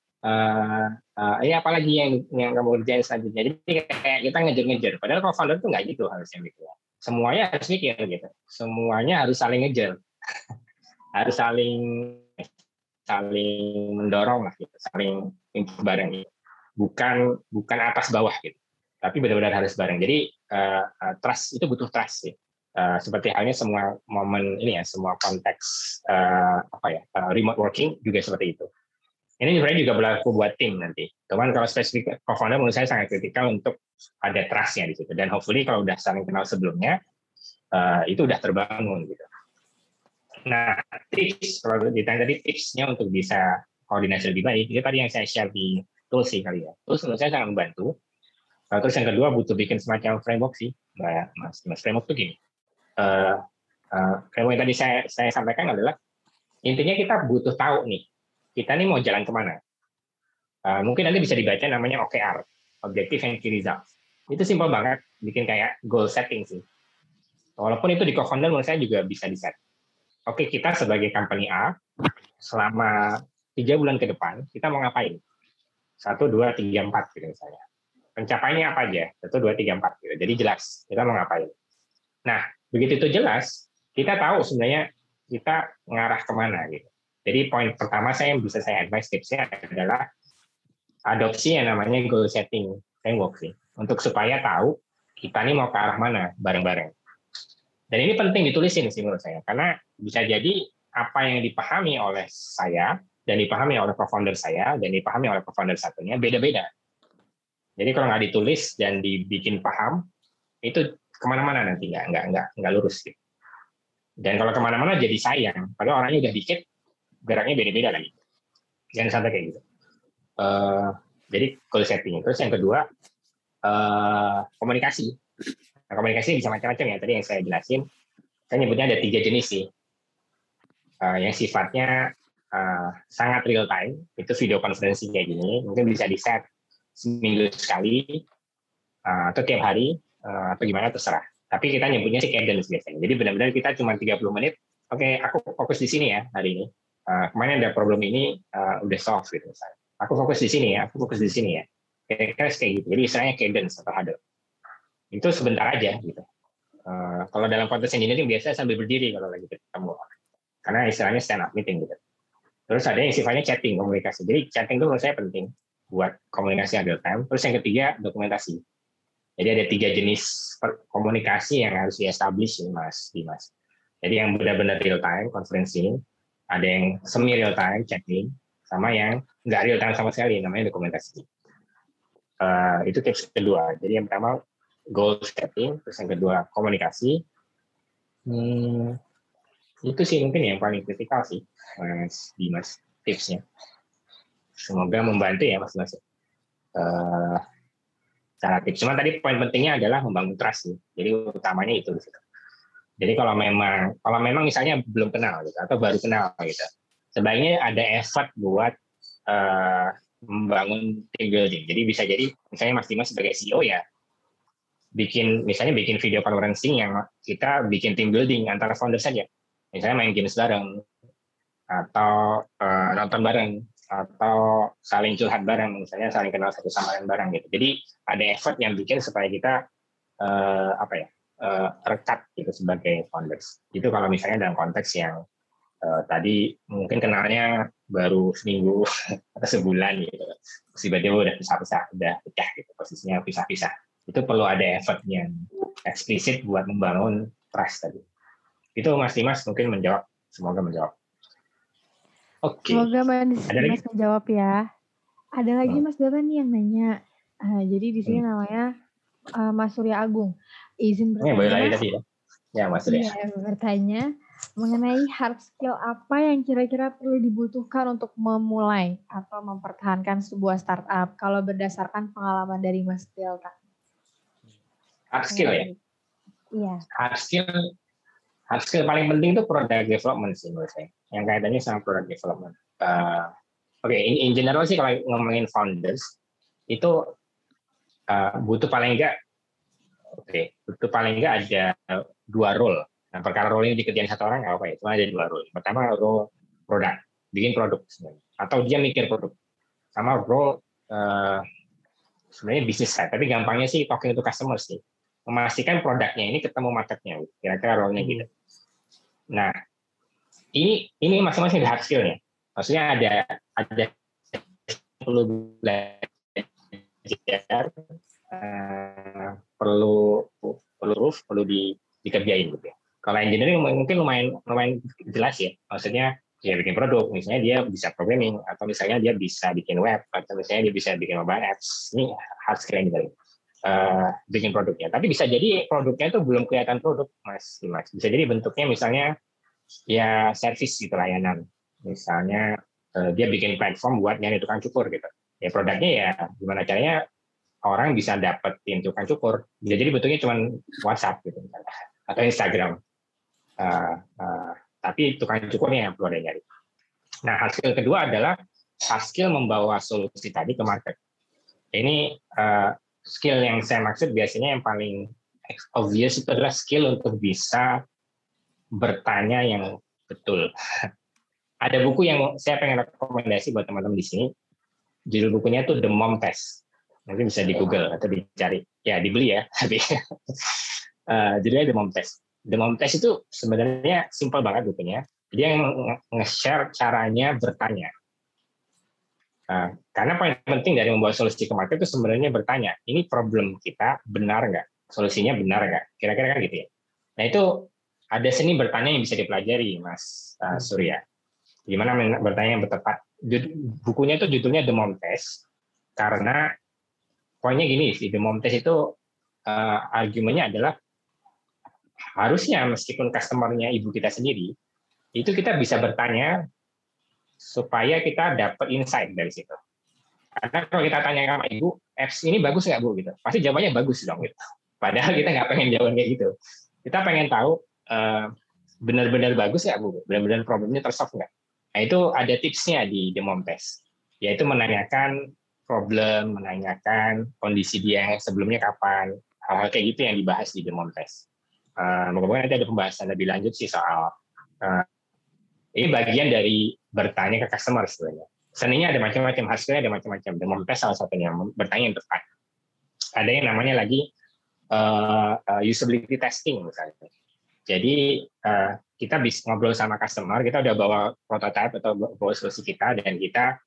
Ini apalagi yang kamu kerjain selanjutnya? Jadi kayak kita ngejar-ngejar. Padahal co-founder itu nggak gitu harusnya gitu. Semuanya harus mikir gitu. Semuanya harus saling ngejar. Harus saling mendorong lah gitu, saling improve bareng gitu. Bukan atas bawah gitu, tapi benar-benar harus bareng. Jadi trust itu butuh trust sih. Seperti halnya semua momen ini ya, semua konteks remote working juga seperti itu. Ini sebenarnya juga berlaku buat tim nanti. Cuman kalau spesifik co-founder menurut saya sangat kritikal untuk ada trust-nya di situ. Dan hopefully kalau udah saling kenal sebelumnya, itu udah terbangun gitu. Nah, tips, kalau ditanya tadi tipsnya untuk bisa koordinasi lebih baik, itu tadi yang saya share di tools sih kali ya. Tools menurut saya sangat membantu. Terus yang kedua butuh bikin semacam framework sih, Mas. Framework itu gini. Framework yang tadi saya sampaikan adalah intinya kita butuh tahu nih, kita nih mau jalan kemana. Mungkin nanti bisa dibaca namanya OKR, Objective and Key Results. Itu simpel banget, bikin kayak goal setting sih. Walaupun itu di co-founder menurut saya juga bisa di-set. Oke, kita sebagai company A, selama 3 bulan ke depan, kita mau ngapain? 1, 2, 3, 4 gitu misalnya. Pencapaiannya apa aja? 1, 2, 3, 4 gitu. Jadi jelas, kita mau ngapain. Nah, begitu itu jelas, kita tahu sebenarnya kita ngarah kemana gitu. Jadi poin pertama yang bisa saya advice tipsnya adalah adopsi yang namanya goal setting framework sih. Untuk supaya tahu kita ini mau ke arah mana bareng-bareng. Dan ini penting ditulisin sih menurut saya, karena bisa jadi apa yang dipahami oleh saya, dan dipahami oleh co-founder saya, dan dipahami oleh co-founder satunya, beda-beda. Jadi kalau nggak ditulis dan dibikin paham, itu kemana-mana nanti, nggak lurus. Gitu. Dan kalau kemana-mana jadi sayang, padahal orangnya udah dikit, geraknya beda-beda lagi. Jangan sampai kayak gitu. Jadi goal setting. Terus yang kedua, komunikasi. Nah, komunikasi bisa macam-macam ya. Tadi yang saya jelasin, saya nyebutnya ada 3 jenis sih. Yang sifatnya sangat real time, itu video conferencing kayak gini, mungkin bisa di set seminggu sekali, atau tiap hari, atau gimana terserah. Tapi kita nyebutnya sih cadence biasanya. Jadi benar-benar kita cuma 30 menit, oke, aku fokus di sini ya hari ini. Kemarin ada problem ini, udah solve gitu misalnya. Aku fokus di sini ya, aku fokus di sini ya. Kira-kira kayak gitu. Jadi istilahnya cadence atau huddle. Itu sebentar aja gitu. Kalau dalam konteks engineering biasanya sambil berdiri kalau lagi ketemu. Karena istilahnya stand up meeting gitu. Terus ada yang sifatnya chatting, komunikasi. Jadi chatting itu menurut saya penting buat komunikasi real time. Terus yang ketiga dokumentasi. Jadi ada 3 jenis komunikasi yang harus di-establish Mas Dimas. Jadi yang benar-benar real time, conferencing, ada yang semi real time, chatting, sama yang nggak real time sama sekali, namanya dokumentasi. Itu tips kedua. Jadi yang pertama goal setting, terus yang kedua komunikasi. Itu sih mungkin yang paling kritikal sih, Mas Dimas, tipsnya. Semoga membantu ya Mas Dimas. Cara tips. Cuma tadi poin pentingnya adalah membangun trust sih. Jadi utamanya itu di situ. Jadi kalau memang misalnya belum kenal gitu atau baru kenal gitu, sebaiknya ada effort buat membangun team building. Jadi bisa jadi misalnya Mas Dimas sebagai CEO ya bikin video conferencing yang kita bikin team building antara founder saja. Misalnya main games bareng atau nonton bareng atau saling curhat bareng, misalnya saling kenal satu sama lain bareng gitu. Jadi ada effort yang bikin supaya kita rekat gitu sebagai founders. Itu kalau misalnya dalam konteks yang tadi mungkin kenalnya baru seminggu atau sebulan gitu, tiba-tiba udah pisah-pisah, udah pecah gitu, posisinya pisah-pisah. Itu perlu ada effort yang eksplisit buat membangun trust tadi. Itu Mas Dimas mungkin menjawab, semoga menjawab. Oke. Semoga Mas Dimas menjawab ya. Ada lagi Mas Data nih yang nanya. Jadi di sini namanya Mas Surya Agung. Izin bertanya. Boleh lagi tadi ya. Ya Mas Surya. Iya, bertanya mengenai hard skill apa yang kira-kira perlu dibutuhkan untuk memulai atau mempertahankan sebuah startup kalau berdasarkan pengalaman dari Mas Delta. Hard skill ya? Iya. Hard skill paling penting itu product development sih menurut saya. Yang kaitannya sama product development. In general sih kalau ngomongin founders itu butuh paling enggak ada 2 role. Nah, perkara role ini dikerjain satu orang nggak apa ya, cuma ada 2 role. Pertama role produk, bikin produk sebenarnya, atau dia mikir produk. Sama role sebenarnya bisnis side, tapi gampangnya sih talking to customer sih. Memastikan produknya ini ketemu marketnya, kira-kira role-nya gitu. Nah, ini masing-masing ada hard skill-nya. Maksudnya ada perlu belajar, perlu dikerjain gitu ya. Kalau engineering mungkin lumayan jelas ya. Maksudnya dia bikin produk, misalnya dia bisa programming, atau misalnya dia bisa bikin web, atau misalnya dia bisa bikin mobile apps. Ini hard skill engineering. Bikin produknya. Tapi bisa jadi produknya itu belum kelihatan produk, Mas Dimas. Bisa jadi bentuknya misalnya ya service gitu, layanan. Misalnya dia bikin platform buat nyari tukang cukur gitu. Ya produknya ya gimana caranya orang bisa dapetin tukang cukur. Bisa jadi bentuknya cuma WhatsApp gitu misalnya, atau Instagram. Tapi tukang cukurnya yang perlu ada nyari. Nah, hard skill kedua adalah hard skill membawa solusi tadi ke market. Ini skill yang saya maksud biasanya yang paling obvious itu adalah skill untuk bisa bertanya yang betul. Ada buku yang saya pengen rekomendasi buat teman-teman di sini. Judul bukunya itu The Mom Test. Nanti bisa di Google atau dicari. Ya, dibeli ya. Judulnya The Mom Test. The Mom Test itu sebenarnya simpel banget bukunya. Dia nge-share caranya bertanya. Karena paling penting dari membawa solusi ke market itu sebenarnya bertanya, ini problem kita benar nggak? Solusinya benar nggak? Kira-kira kan gitu ya. Nah itu ada seni bertanya yang bisa dipelajari, Mas Surya. Gimana bertanya yang tepat? Bukunya itu judulnya The Mom Test, karena poinnya gini sih, The Mom Test itu argumennya adalah harusnya meskipun customer-nya ibu kita sendiri, itu kita bisa bertanya supaya kita dapat insight dari situ. Karena kalau kita tanya sama ibu, apps ini bagus nggak Bu? Gitu. Pasti jawabannya bagus dong. Gitu. Padahal kita nggak pengen jawaban kayak gitu. Kita pengen tahu benar-benar bagus nggak Bu? Benar-benar problemnya tersolve nggak? Nah, itu ada tipsnya di demom test, yaitu menanyakan problem, menanyakan kondisi dia sebelumnya kapan, hal-hal kayak gitu yang dibahas di demom test. Moga-moga nanti ada pembahasan lebih lanjut sih soal ini bagian dari bertanya ke customer sebenarnya. Seninya ada macam-macam, hasilnya ada macam-macam. Demom test salah satunya, bertanya yang tepat. Ada yang namanya lagi usability testing misalnya. Jadi kita bisa ngobrol sama customer, kita udah bawa prototype atau bawa solusi kita, dan kita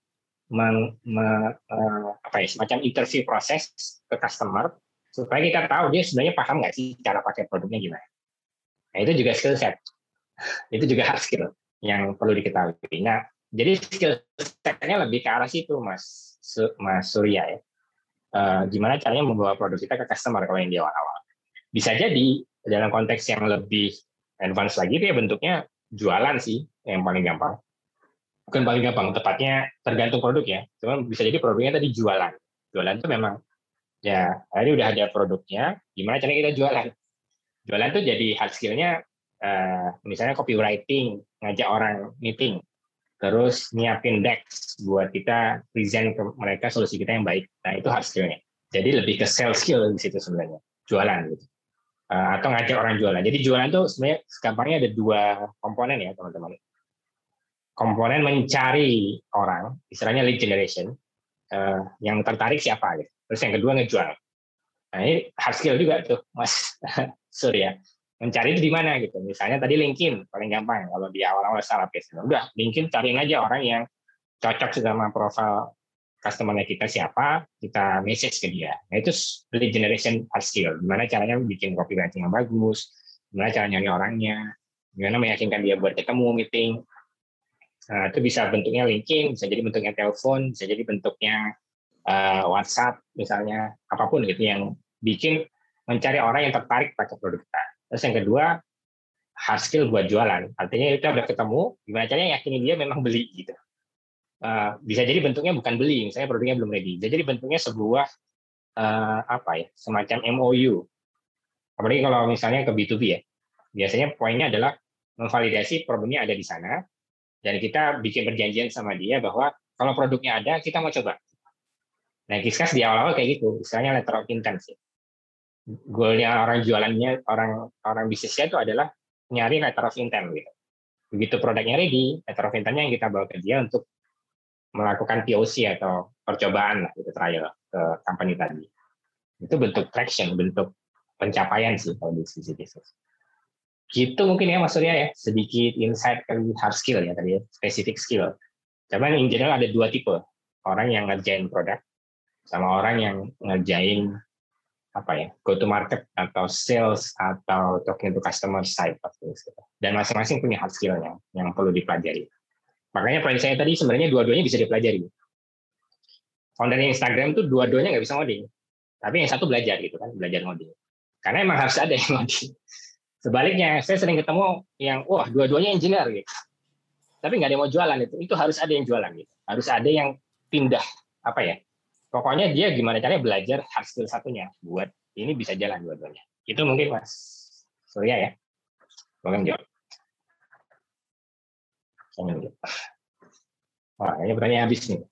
semacam interview proses ke customer supaya kita tahu dia sebenarnya paham nggak sih cara pakai produknya gimana. Nah, itu juga skill set, itu juga hard skill yang perlu diketahui. Nah, jadi skill setnya lebih ke arah situ, Mas Surya ya. Gimana caranya membawa produk kita ke customer kalau yang di awal-awal. Bisa jadi dalam konteks yang lebih advance lagi, itu ya bentuknya jualan sih yang paling gampang. Bukan paling gampang, tepatnya tergantung produk ya. Cuma bisa jadi produknya tadi jualan. Jualan itu memang ya, tadi udah ada produknya, gimana caranya kita jualan. Jualan tuh jadi hard skill-nya, misalnya copywriting, ngajak orang meeting, terus nyiapin decks buat kita present ke mereka solusi kita yang baik. Nah, itu hard skill-nya. Jadi lebih ke sales skill di situ sebenarnya, jualan gitu. Atau ngajak orang jualan. Jadi jualan tuh sebenarnya gampangnya ada dua komponen ya teman-teman. Komponen mencari orang, istilahnya lead generation, yang tertarik siapa gitu. Terus yang kedua ngejual. Nah, ini hard skill juga tuh, Mas Surya. Mencari itu di mana gitu. Misalnya tadi LinkedIn paling gampang kalau di awal-awal startup ya. Udah, LinkedIn cariin aja orang yang cocok sama profil customer-nya kita siapa, kita message ke dia. Nah, itu lead generation hard skill. Gimana caranya bikin copywriting yang bagus, gimana cara nyari orangnya, gimana meyakinkan dia buat ketemu meeting. Nah, itu bisa bentuknya LinkedIn, bisa jadi bentuknya telepon, bisa jadi bentuknya WhatsApp misalnya, apapun gitu yang bikin mencari orang yang tertarik pakai produk kita. Terus yang kedua, hard skill buat jualan. Artinya kita udah ketemu, gimana caranya yakinin dia memang beli gitu. Bisa jadi bentuknya bukan beli, misalnya produknya belum ready. Jadi bentuknya sebuah semacam MOU. Apalagi kalau misalnya ke B2B ya, biasanya poinnya adalah memvalidasi problemnya ada di sana, dan kita bikin perjanjian sama dia bahwa kalau produknya ada, kita mau coba. Nah, Kiskas di awal-awal kayak gitu, misalnya letter of intent sih. Goalnya orang jualannya, orang bisnisnya itu adalah nyari letter of intent gitu. Begitu produknya ready, letter of intent-nya yang kita bawa ke dia untuk melakukan POC atau percobaan lah, gitu, trial ke company tadi. Itu bentuk traction, bentuk pencapaian sih kalau di sisi bisnis. Gitu mungkin ya Mas Surya ya, sedikit insight ke hard skill ya tadi ya, specific skill. Cuman in general ada dua tipe, orang yang ngerjain produk sama orang yang ngerjain go to market atau sales atau talking to customer side. Dan masing-masing punya hard skill-nya yang perlu dipelajari. Makanya poin saya tadi sebenarnya dua-duanya bisa dipelajari. Founder Instagram tuh dua-duanya nggak bisa ngoding, tapi yang satu belajar gitu kan, belajar ngoding. Karena emang harus ada yang ngoding. Sebaliknya, saya sering ketemu yang dua-duanya engineer gitu, tapi nggak ada yang mau jualan itu harus ada yang jualan gitu, harus ada yang pindah pokoknya dia gimana caranya belajar hard skill satunya buat ini bisa jalan dua-duanya. Itu mungkin Mas Surya ya. Boleh jawab. Wah, ini pertanyaan habis nih.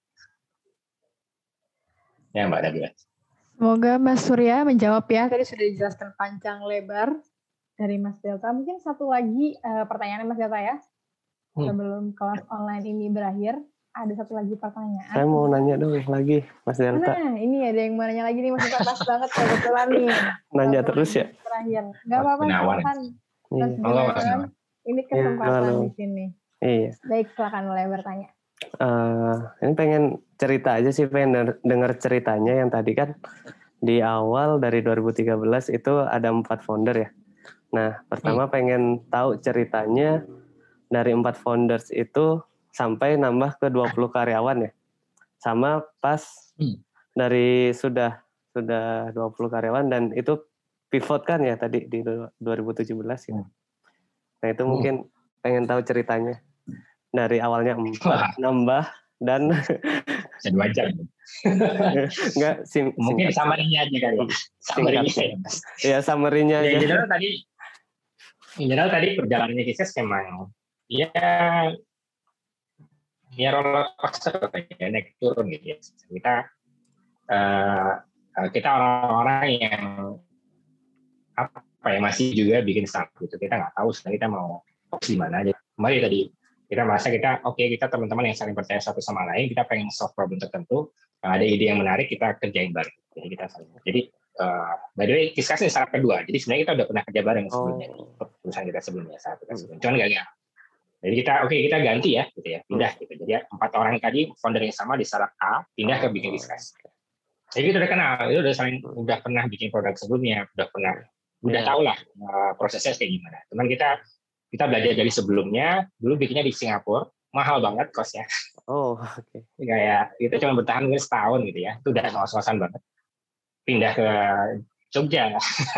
Ya Mbak Nabila. Semoga Mas Surya menjawab ya. Tadi sudah dijelaskan panjang lebar dari Mas Delta. Mungkin satu lagi pertanyaannya Mas Delta ya. Sebelum kelas online ini berakhir. Ada satu lagi pertanyaan. Saya mau nanya dong lagi, Mas Delta. Nah, ini ada yang mau nanya lagi nih, Mas Delta. Pas banget kebetulan nih. Nanya terus ya? Terakhir. Nggak apa-apa, silakan. Ini kesempatan di sini. Iya. Baik, silakan mulai bertanya. Ini pengen cerita aja sih, pengen dengar ceritanya yang tadi kan di awal dari 2013 itu ada 4 founder ya. Nah, pertama pengen tahu ceritanya dari 4 founders itu sampai nambah ke 20 karyawan ya. Sama pas dari sudah 20 karyawan dan itu pivot kan ya tadi di 2017 ya. Nah, itu mungkin pengen tahu ceritanya. Dari awalnya 4 nambah dan bisa 2 jam. Enggak mungkin summary-nya aja kali. Ya, summary-nya aja. In general tadi perjalanannya Kisses memang ya ya roller coaster ya, naik turun gitu ya. Kita orang-orang yang apa ya masih juga bikin startup gitu. Kita nggak tahu sebenarnya kita mau fokus di mana aja. Kemarin tadi kita merasa kita teman-teman yang saling percaya satu sama lain, kita pengen solve problem tertentu, ada ide yang menarik kita kerjain bareng. Jadi kita saling. Jadi by the way, Kiskas ini startup kedua. Jadi sebenarnya kita udah pernah kerja bareng sebelumnya di perusahaan kita sebelumnya saat kita sebelumnya. Cuman gagal. Jadi kita ganti ya, gitu ya, pindah gitu. Jadi 4 orang tadi founder yang sama di startup A pindah ke bikin Kiskas. Jadi kita udah kenal, itu udah pernah bikin produk sebelumnya, udah tahu lah prosesnya kayak gimana. Cuman kita belajar dari sebelumnya, dulu bikinnya di Singapura, mahal banget kosnya. Oke. Kayak kita cuma bertahan mungkin setahun gitu ya, itu udah ngos-ngosan banget. Pindah ke Jogja.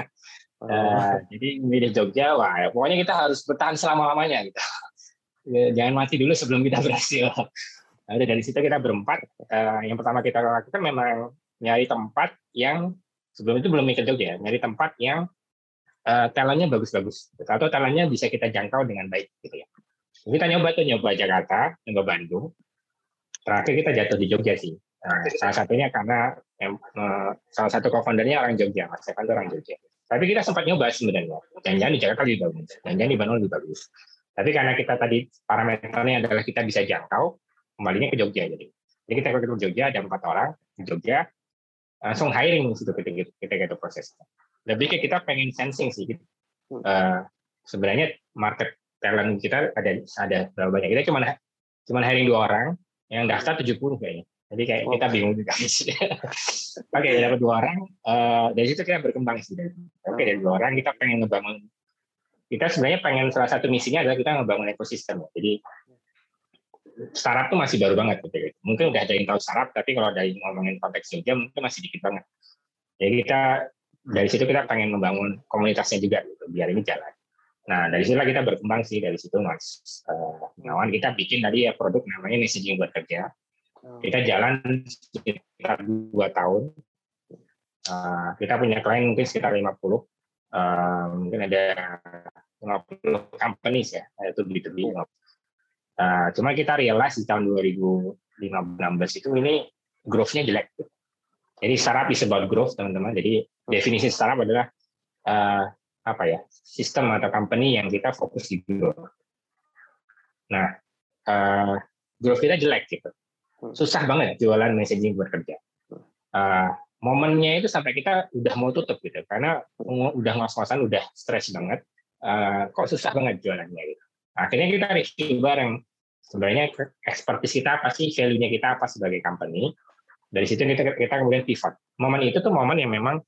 Jadi di Jogja, wah pokoknya kita harus bertahan selama-lamanya gitu. Jangan mati dulu sebelum kita berhasil. Nah, dari situ kita berempat. Yang pertama kita lakukan memang nyari tempat yang sebelum itu belum mikir Jogja, nyari tempat yang talentnya bagus-bagus atau talentnya bisa kita jangkau dengan baik gitu ya. Kita nyoba Jakarta, nyoba Bandung. Terakhir kita jatuh di Jogja sih. Salah satunya karena salah satu co-foundernya orang Jogja, Mas Evan itu orang Jogja. Tapi kita sempat nyoba sebenarnya. Jangan-jangan di Jakarta lebih bagus, jangan-jangan di Bandung lebih bagus. Tapi karena kita tadi parameternya adalah kita bisa jangkau, kembalinya ke Jogja jadi. Jadi kita ke Jogja, ada 4 orang di Jogja, langsung hiring di situ ketika itu prosesnya. Lebih ke kita pengen sensing sih. Sebenarnya market talent kita ada berapa banyak. Kita cuma hiring 2 orang, yang daftar 70 kayaknya. Jadi kayak kita bingung juga sih. Oke, dapat 2 orang, dari situ kita berkembang sih. Oke, dari 2 orang kita pengen ngebangun. Kita sebenarnya pengen salah satu misinya adalah kita ngebangun ekosistem. Jadi startup tuh masih baru banget gitu. Mungkin udah ada yang tahu startup, tapi kalau dari ngomongin konteks Jogja mungkin masih dikit banget. Jadi dari situ kita pengen membangun komunitasnya juga gitu, biar ini jalan. Nah dari situlah kita berkembang sih dari situ Mas Gunawan. Kita bikin tadi ya produk namanya messaging buat kerja. Kita jalan sekitar 2 tahun. Kita punya klien mungkin sekitar 50. Mungkin ada 50 companies ya, itu B2B. Cuma kita realize di tahun 2016 itu ini growth-nya jelek. Jadi startup is about growth, teman-teman. Jadi definisi startup adalah sistem atau company yang kita fokus di growth. Nah, growth kita jelek gitu. Susah banget jualan messaging buat kerja. Momennya itu sampai kita udah mau tutup gitu, karena udah ngos-ngosan, udah stres banget. Kok susah banget jualannya gitu. Akhirnya kita review bareng. Sebenarnya expertise kita apa sih, value-nya kita apa sebagai company. Dari situ kita kemudian pivot. Momen itu tuh momen yang memang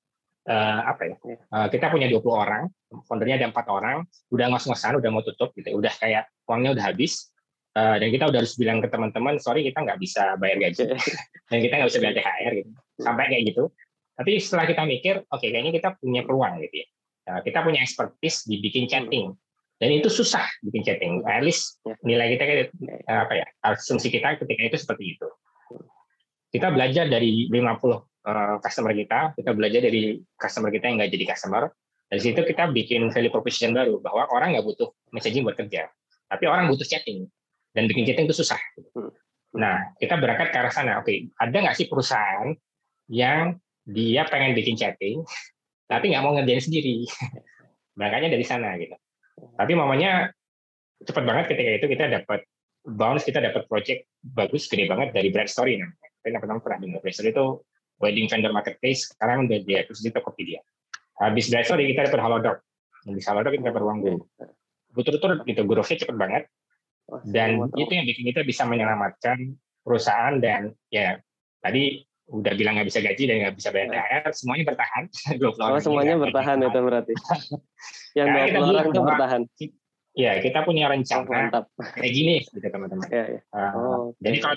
kita punya 20 orang, foundernya ada 4 orang, udah ngos-ngosan, udah mau tutup gitu, udah kayak uangnya udah habis, dan kita udah harus bilang ke teman-teman, sorry kita nggak bisa bayar gaji, dan kita nggak bisa bayar THR gitu, sampai kayak gitu. Tapi setelah kita mikir, oke, kayaknya kita punya peluang gitu ya. Kita punya expertise di bikin chatting, dan itu susah bikin chatting. At least nilai kita asumsi kita ketika itu seperti itu. Kita belajar dari 50 customer kita belajar dari customer kita yang nggak jadi customer. Dari situ kita bikin value proposition baru, bahwa orang nggak butuh messaging buat kerja, tapi orang butuh chatting, dan bikin chatting itu susah. Nah, kita berangkat ke arah sana. Oke, ada nggak sih perusahaan yang dia pengen bikin chatting, tapi nggak mau ngerjain sendiri? Berangkatnya dari sana gitu. Tapi momennya cepat banget ketika itu kita dapat bounce, kita dapat project bagus, gede banget dari Bright Story namanya. Kita pernah dengar Bright Story itu wedding vendor marketplace, sekarang udah dia terus di Tokopedia. Habis Bright Story kita dapat Halodoc. Di Halodoc kita dapat uang guru. Betul-betul gitu, growth-nya cepat banget. Dan itu yang bikin kita bisa menyelamatkan perusahaan, dan ya tadi udah bilang nggak bisa gaji dan nggak bisa bayar THR, semuanya bertahan. Semuanya bertahan itu berarti. Yang 20 orang itu bertahan. Ya, kita punya rencana kayak gini gitu teman-teman. Jadi kalau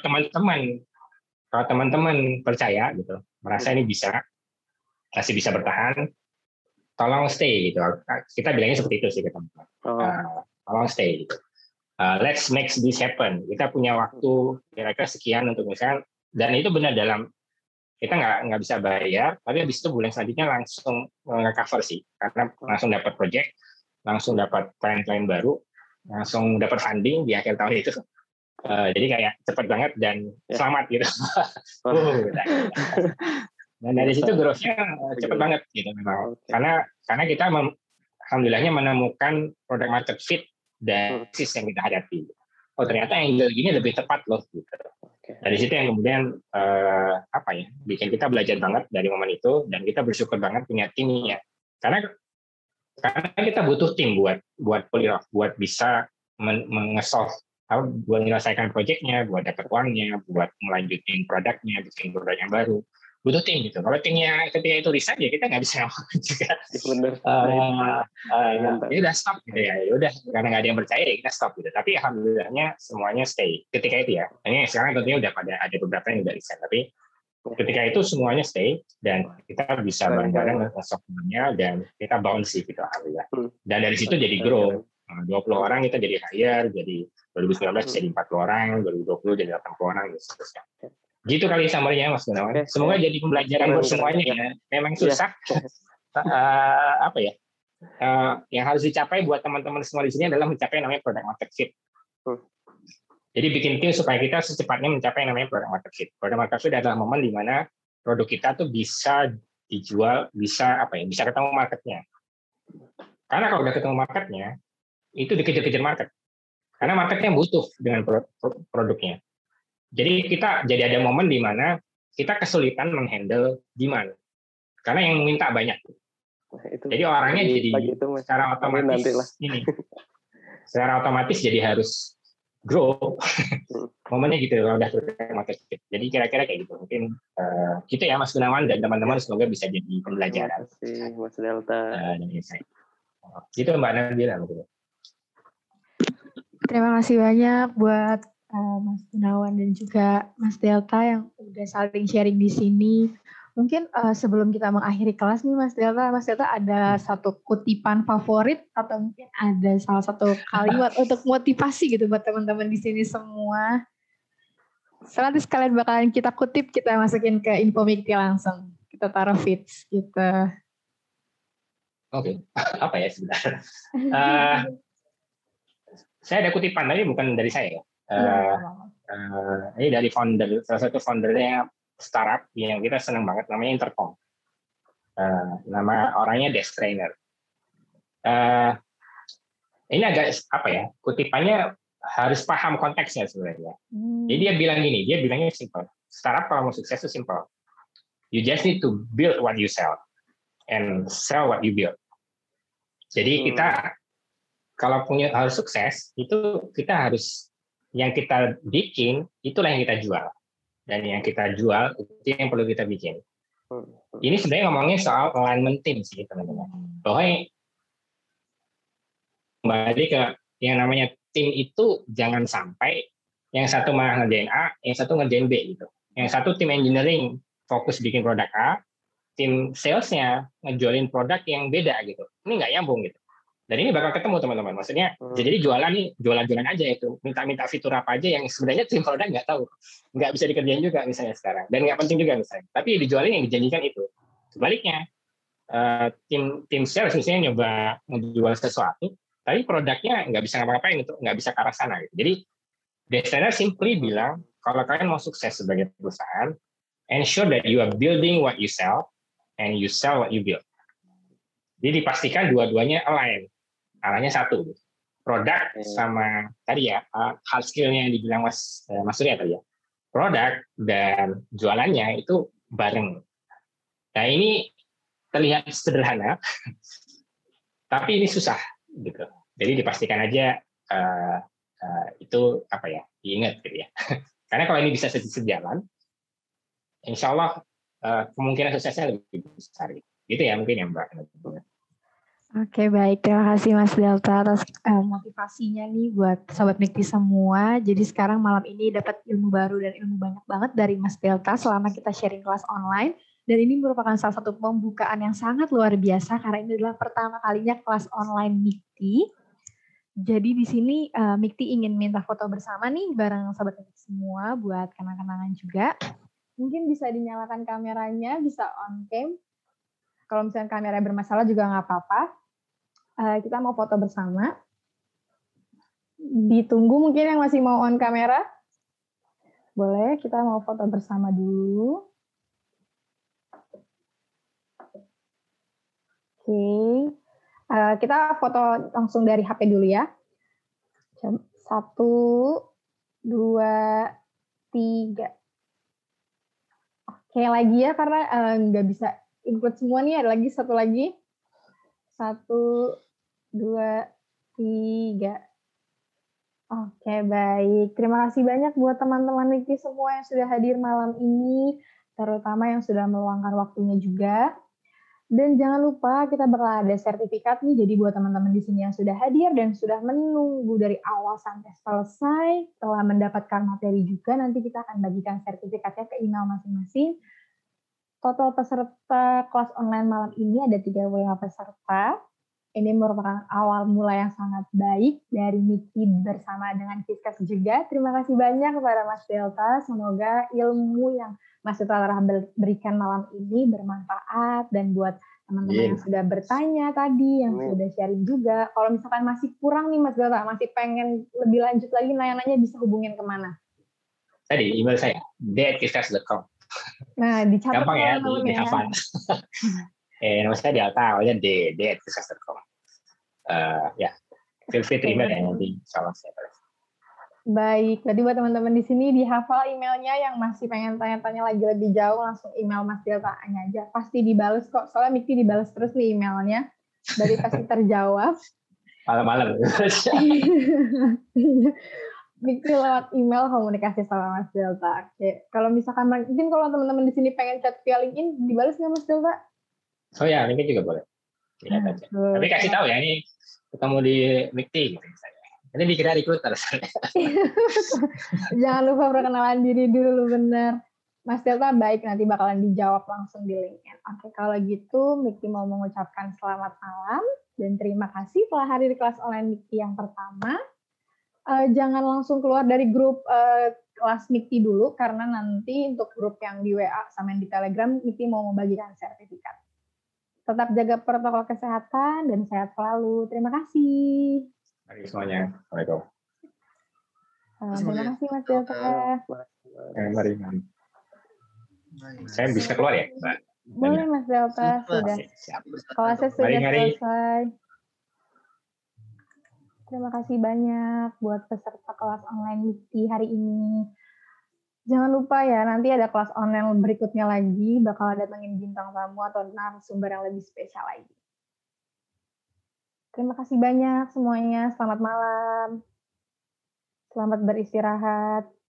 teman-teman percaya gitu, merasa ini masih bisa bertahan, tolong stay gitu. Kita bilangnya seperti itu sih ke teman-teman. Tolong stay gitu. Let's make this happen. Kita punya waktu kira-kira sekian untuk misalnya, dan itu benar dalam kita nggak bisa bayar, tapi habis itu bulan selanjutnya langsung nge-cover sih, karena langsung dapat project, langsung dapat klien-klien baru, langsung dapat funding di akhir tahun itu. Jadi kayak cepat banget dan selamat gitu. Udah. Dan dari situ growth-nya cepat banget gitu memang. Karena kita alhamdulillahnya menemukan product market fit dan krisis yang kita hadapi. Oh ternyata angle gini lebih tepat loh gitu. Dari situ yang kemudian bikin kita belajar banget dari momen itu, dan kita bersyukur banget punya timnya. Karena kita butuh tim buat pull off, buat bisa mengesolve, buat menyelesaikan proyeknya, buat dapat uangnya, buat melanjutin produknya, bikin produk yang baru. Butuh tim gitu. Kalau timnya ketika itu resign ya kita nggak bisa ngomong juga. Bener. Ya udah stop gitu ya. Ya udah karena nggak ada yang percaya ya kita stop gitu. Tapi alhamdulillahnya semuanya stay ketika itu ya. Ini sekarang tentunya udah ada beberapa yang udah resign, tapi ketika itu semuanya stay dan kita bisa bareng-bareng nge-software-nya dan kita bounce gitu alhamdulillah. Dan dari situ jadi grow. 20 orang kita jadi hire, jadi 2019 jadi 40 orang, 2020 jadi 80 orang gitu seterusnya. Gitu kali summary-nya Mas Gunawan. Semoga jadi pembelajaran buat semuanya ya. Memang susah. Yang harus dicapai buat teman-teman semua di sini adalah mencapai namanya product market fit. Jadi bikin tim supaya kita secepatnya mencapai namanya product market fit. Product market fit adalah momen di mana produk kita tuh bisa dijual, bisa ketemu marketnya. Karena kalau udah ketemu marketnya, itu dikejar-kejar market. Karena marketnya butuh dengan produknya. Jadi jadi ada momen di mana kita kesulitan menghandle demand. Karena yang minta banyak. Jadi orangnya jadi secara otomatis jadi harus grow. Momennya gitu kalau udah market fit. Jadi kira-kira kayak gitu. Mungkin gitu ya Mas Gunawan dan teman-teman, semoga bisa jadi pembelajaran. Terima kasih Mas Delta. Gitu Mbak Nabila. Terima kasih banyak buat Mas Gunawan dan juga Mas Delta yang udah saling sharing di sini. Mungkin sebelum kita mengakhiri kelas nih Mas Delta ada satu kutipan favorit atau mungkin ada salah satu kalimat untuk motivasi gitu buat teman-teman di sini semua. Nanti sekalian bakalan kita kutip, kita masukin ke info Mikti langsung. Kita taruh feeds gitu. Oke. Apa ya sebentar? Saya ada kutipan, tapi bukan dari saya ya. Ini dari salah satu foundernya startup yang kita senang banget, namanya Intercom. Nama orangnya Desk Trainer. Ini agak kutipannya harus paham konteksnya sebenarnya. Jadi dia bilangnya simple. Startup kalau mau sukses itu simple. You just need to build what you sell and sell what you build. Jadi kita kalau harus sukses, itu kita harus, yang kita bikin, itulah yang kita jual. Dan yang kita jual, itu yang perlu kita bikin. Ini sebenarnya ngomongnya soal alignment team sih, teman-teman. Bahwa kembali ke yang namanya tim itu, jangan sampai yang satu malah ngerjain A, yang satu ngerjain B gitu. Yang satu tim engineering, fokus bikin produk A, tim salesnya ngejualin produk yang beda gitu. Ini nggak nyambung gitu. Dan ini bakal ketemu teman-teman. Maksudnya, jadi jualan aja itu. Minta fitur apa aja yang sebenarnya tim produk nggak tahu. Nggak bisa dikerjain juga misalnya sekarang. Dan nggak penting juga misalnya. Tapi dijualin yang dijanjikan itu. Sebaliknya, tim sales misalnya nyoba menjual sesuatu, tapi produknya nggak bisa ngapa-ngapain itu, nggak bisa ke arah sana. Gitu. Jadi, desainer simply bilang, kalau kalian mau sukses sebagai perusahaan, ensure that you are building what you sell, and you sell what you build. Jadi dipastikan dua-duanya align. Arahnya satu, produk sama tadi ya hard skill-nya yang dibilang Mas Surya tadi ya, produk dan jualannya itu bareng. Nah ini terlihat sederhana, tapi ini susah gitu. Jadi dipastikan aja itu diingat gitu ya. Karena kalau ini bisa sejalan, insya Allah kemungkinan suksesnya lebih besar. Gitu ya mungkin ya Mbak. Oke, baik. Terima kasih Mas Delta atas motivasinya nih buat Sobat Mikti semua. Jadi sekarang malam ini dapat ilmu baru dan ilmu banyak banget dari Mas Delta selama kita sharing kelas online. Dan ini merupakan salah satu pembukaan yang sangat luar biasa karena ini adalah pertama kalinya kelas online Mikti. Jadi di sini Mikti ingin minta foto bersama nih bareng Sobat Mikti semua buat kenang-kenangan juga. Mungkin bisa dinyalakan kameranya, bisa on cam. Kalau misalnya kamera bermasalah juga nggak apa-apa. Kita mau foto bersama. Ditunggu mungkin yang masih mau on kamera. Boleh, kita mau foto bersama dulu. Oke. Kita foto langsung dari HP dulu ya. 1, 2, 3. Oke, lagi ya, karena nggak bisa include semua nih. Ada lagi, satu lagi. 1, 2, 3. Oke, baik. Terima kasih banyak buat teman-teman Mikti semua yang sudah hadir malam ini, terutama yang sudah meluangkan waktunya juga. Dan jangan lupa kita bakal ada sertifikat nih, jadi buat teman-teman di sini yang sudah hadir dan sudah menunggu dari awal sampai selesai, telah mendapatkan materi juga, nanti kita akan bagikan sertifikatnya ke email masing-masing. Total peserta kelas online malam ini ada 35 peserta. Ini merupakan awal mula yang sangat baik dari Mikti bersama dengan Fiskes juga. Terima kasih banyak kepada Mas Delta. Semoga ilmu yang Mas Delta telah berikan malam ini bermanfaat, dan buat teman-teman yang sudah bertanya tadi, yang sudah sharing juga. Kalau misalkan masih kurang nih Mas Delta, masih pengen lebih lanjut lagi nanya-nanya, bisa hubungin kemana? Tadi email saya d@fiskes.com. Nah, dicatat gampang ya, dihafal. Nama saya Delta, awalnya d@fiskes.com. Ya, feel free to email ya nanti, salah saya balas. Baik, berarti buat teman-teman di sini dihafal emailnya, yang masih pengen tanya-tanya lagi lebih jauh langsung email Mas Delta-nya aja. Pasti dibales kok, soalnya Mikti dibales terus nih emailnya. Berarti pasti terjawab. Malam-malam. Mikti lewat email komunikasi sama Mas Delta. Oke. Kalau misalkan mungkin kalau teman-teman di sini pengen chat via LinkedIn, dibales nggak Mas Delta? Oh ya, LinkedIn juga boleh. Lihat aja. Tapi kasih tahu ya, ini ketemu di Mikti gitu misalnya. Ini dikira recruiter. Jangan lupa perkenalan diri dulu, bener. Mas Delta baik, nanti bakalan dijawab langsung di LinkedIn. Oke, kalau gitu Mikti mau mengucapkan selamat malam dan terima kasih telah hadir di kelas online Mikti yang pertama. Jangan langsung keluar dari grup kelas Mikti dulu, karena nanti untuk grup yang di WA sama yang di Telegram, Mikti mau membagikan sertifikat. Tetap jaga protokol kesehatan dan sehat selalu. Terima kasih. Mari semuanya. Assalamualaikum. Terima kasih Mas Delta. Mari. Saya bisa keluar ya, Mbak? Boleh Mas Delta, sudah. Siap. Kelasnya sudah selesai. Terima kasih banyak buat peserta kelas online Mikti hari ini. Jangan lupa ya, nanti ada kelas online berikutnya lagi, bakal datangin bintang tamu atau narasumber yang lebih spesial lagi. Terima kasih banyak semuanya. Selamat malam. Selamat beristirahat.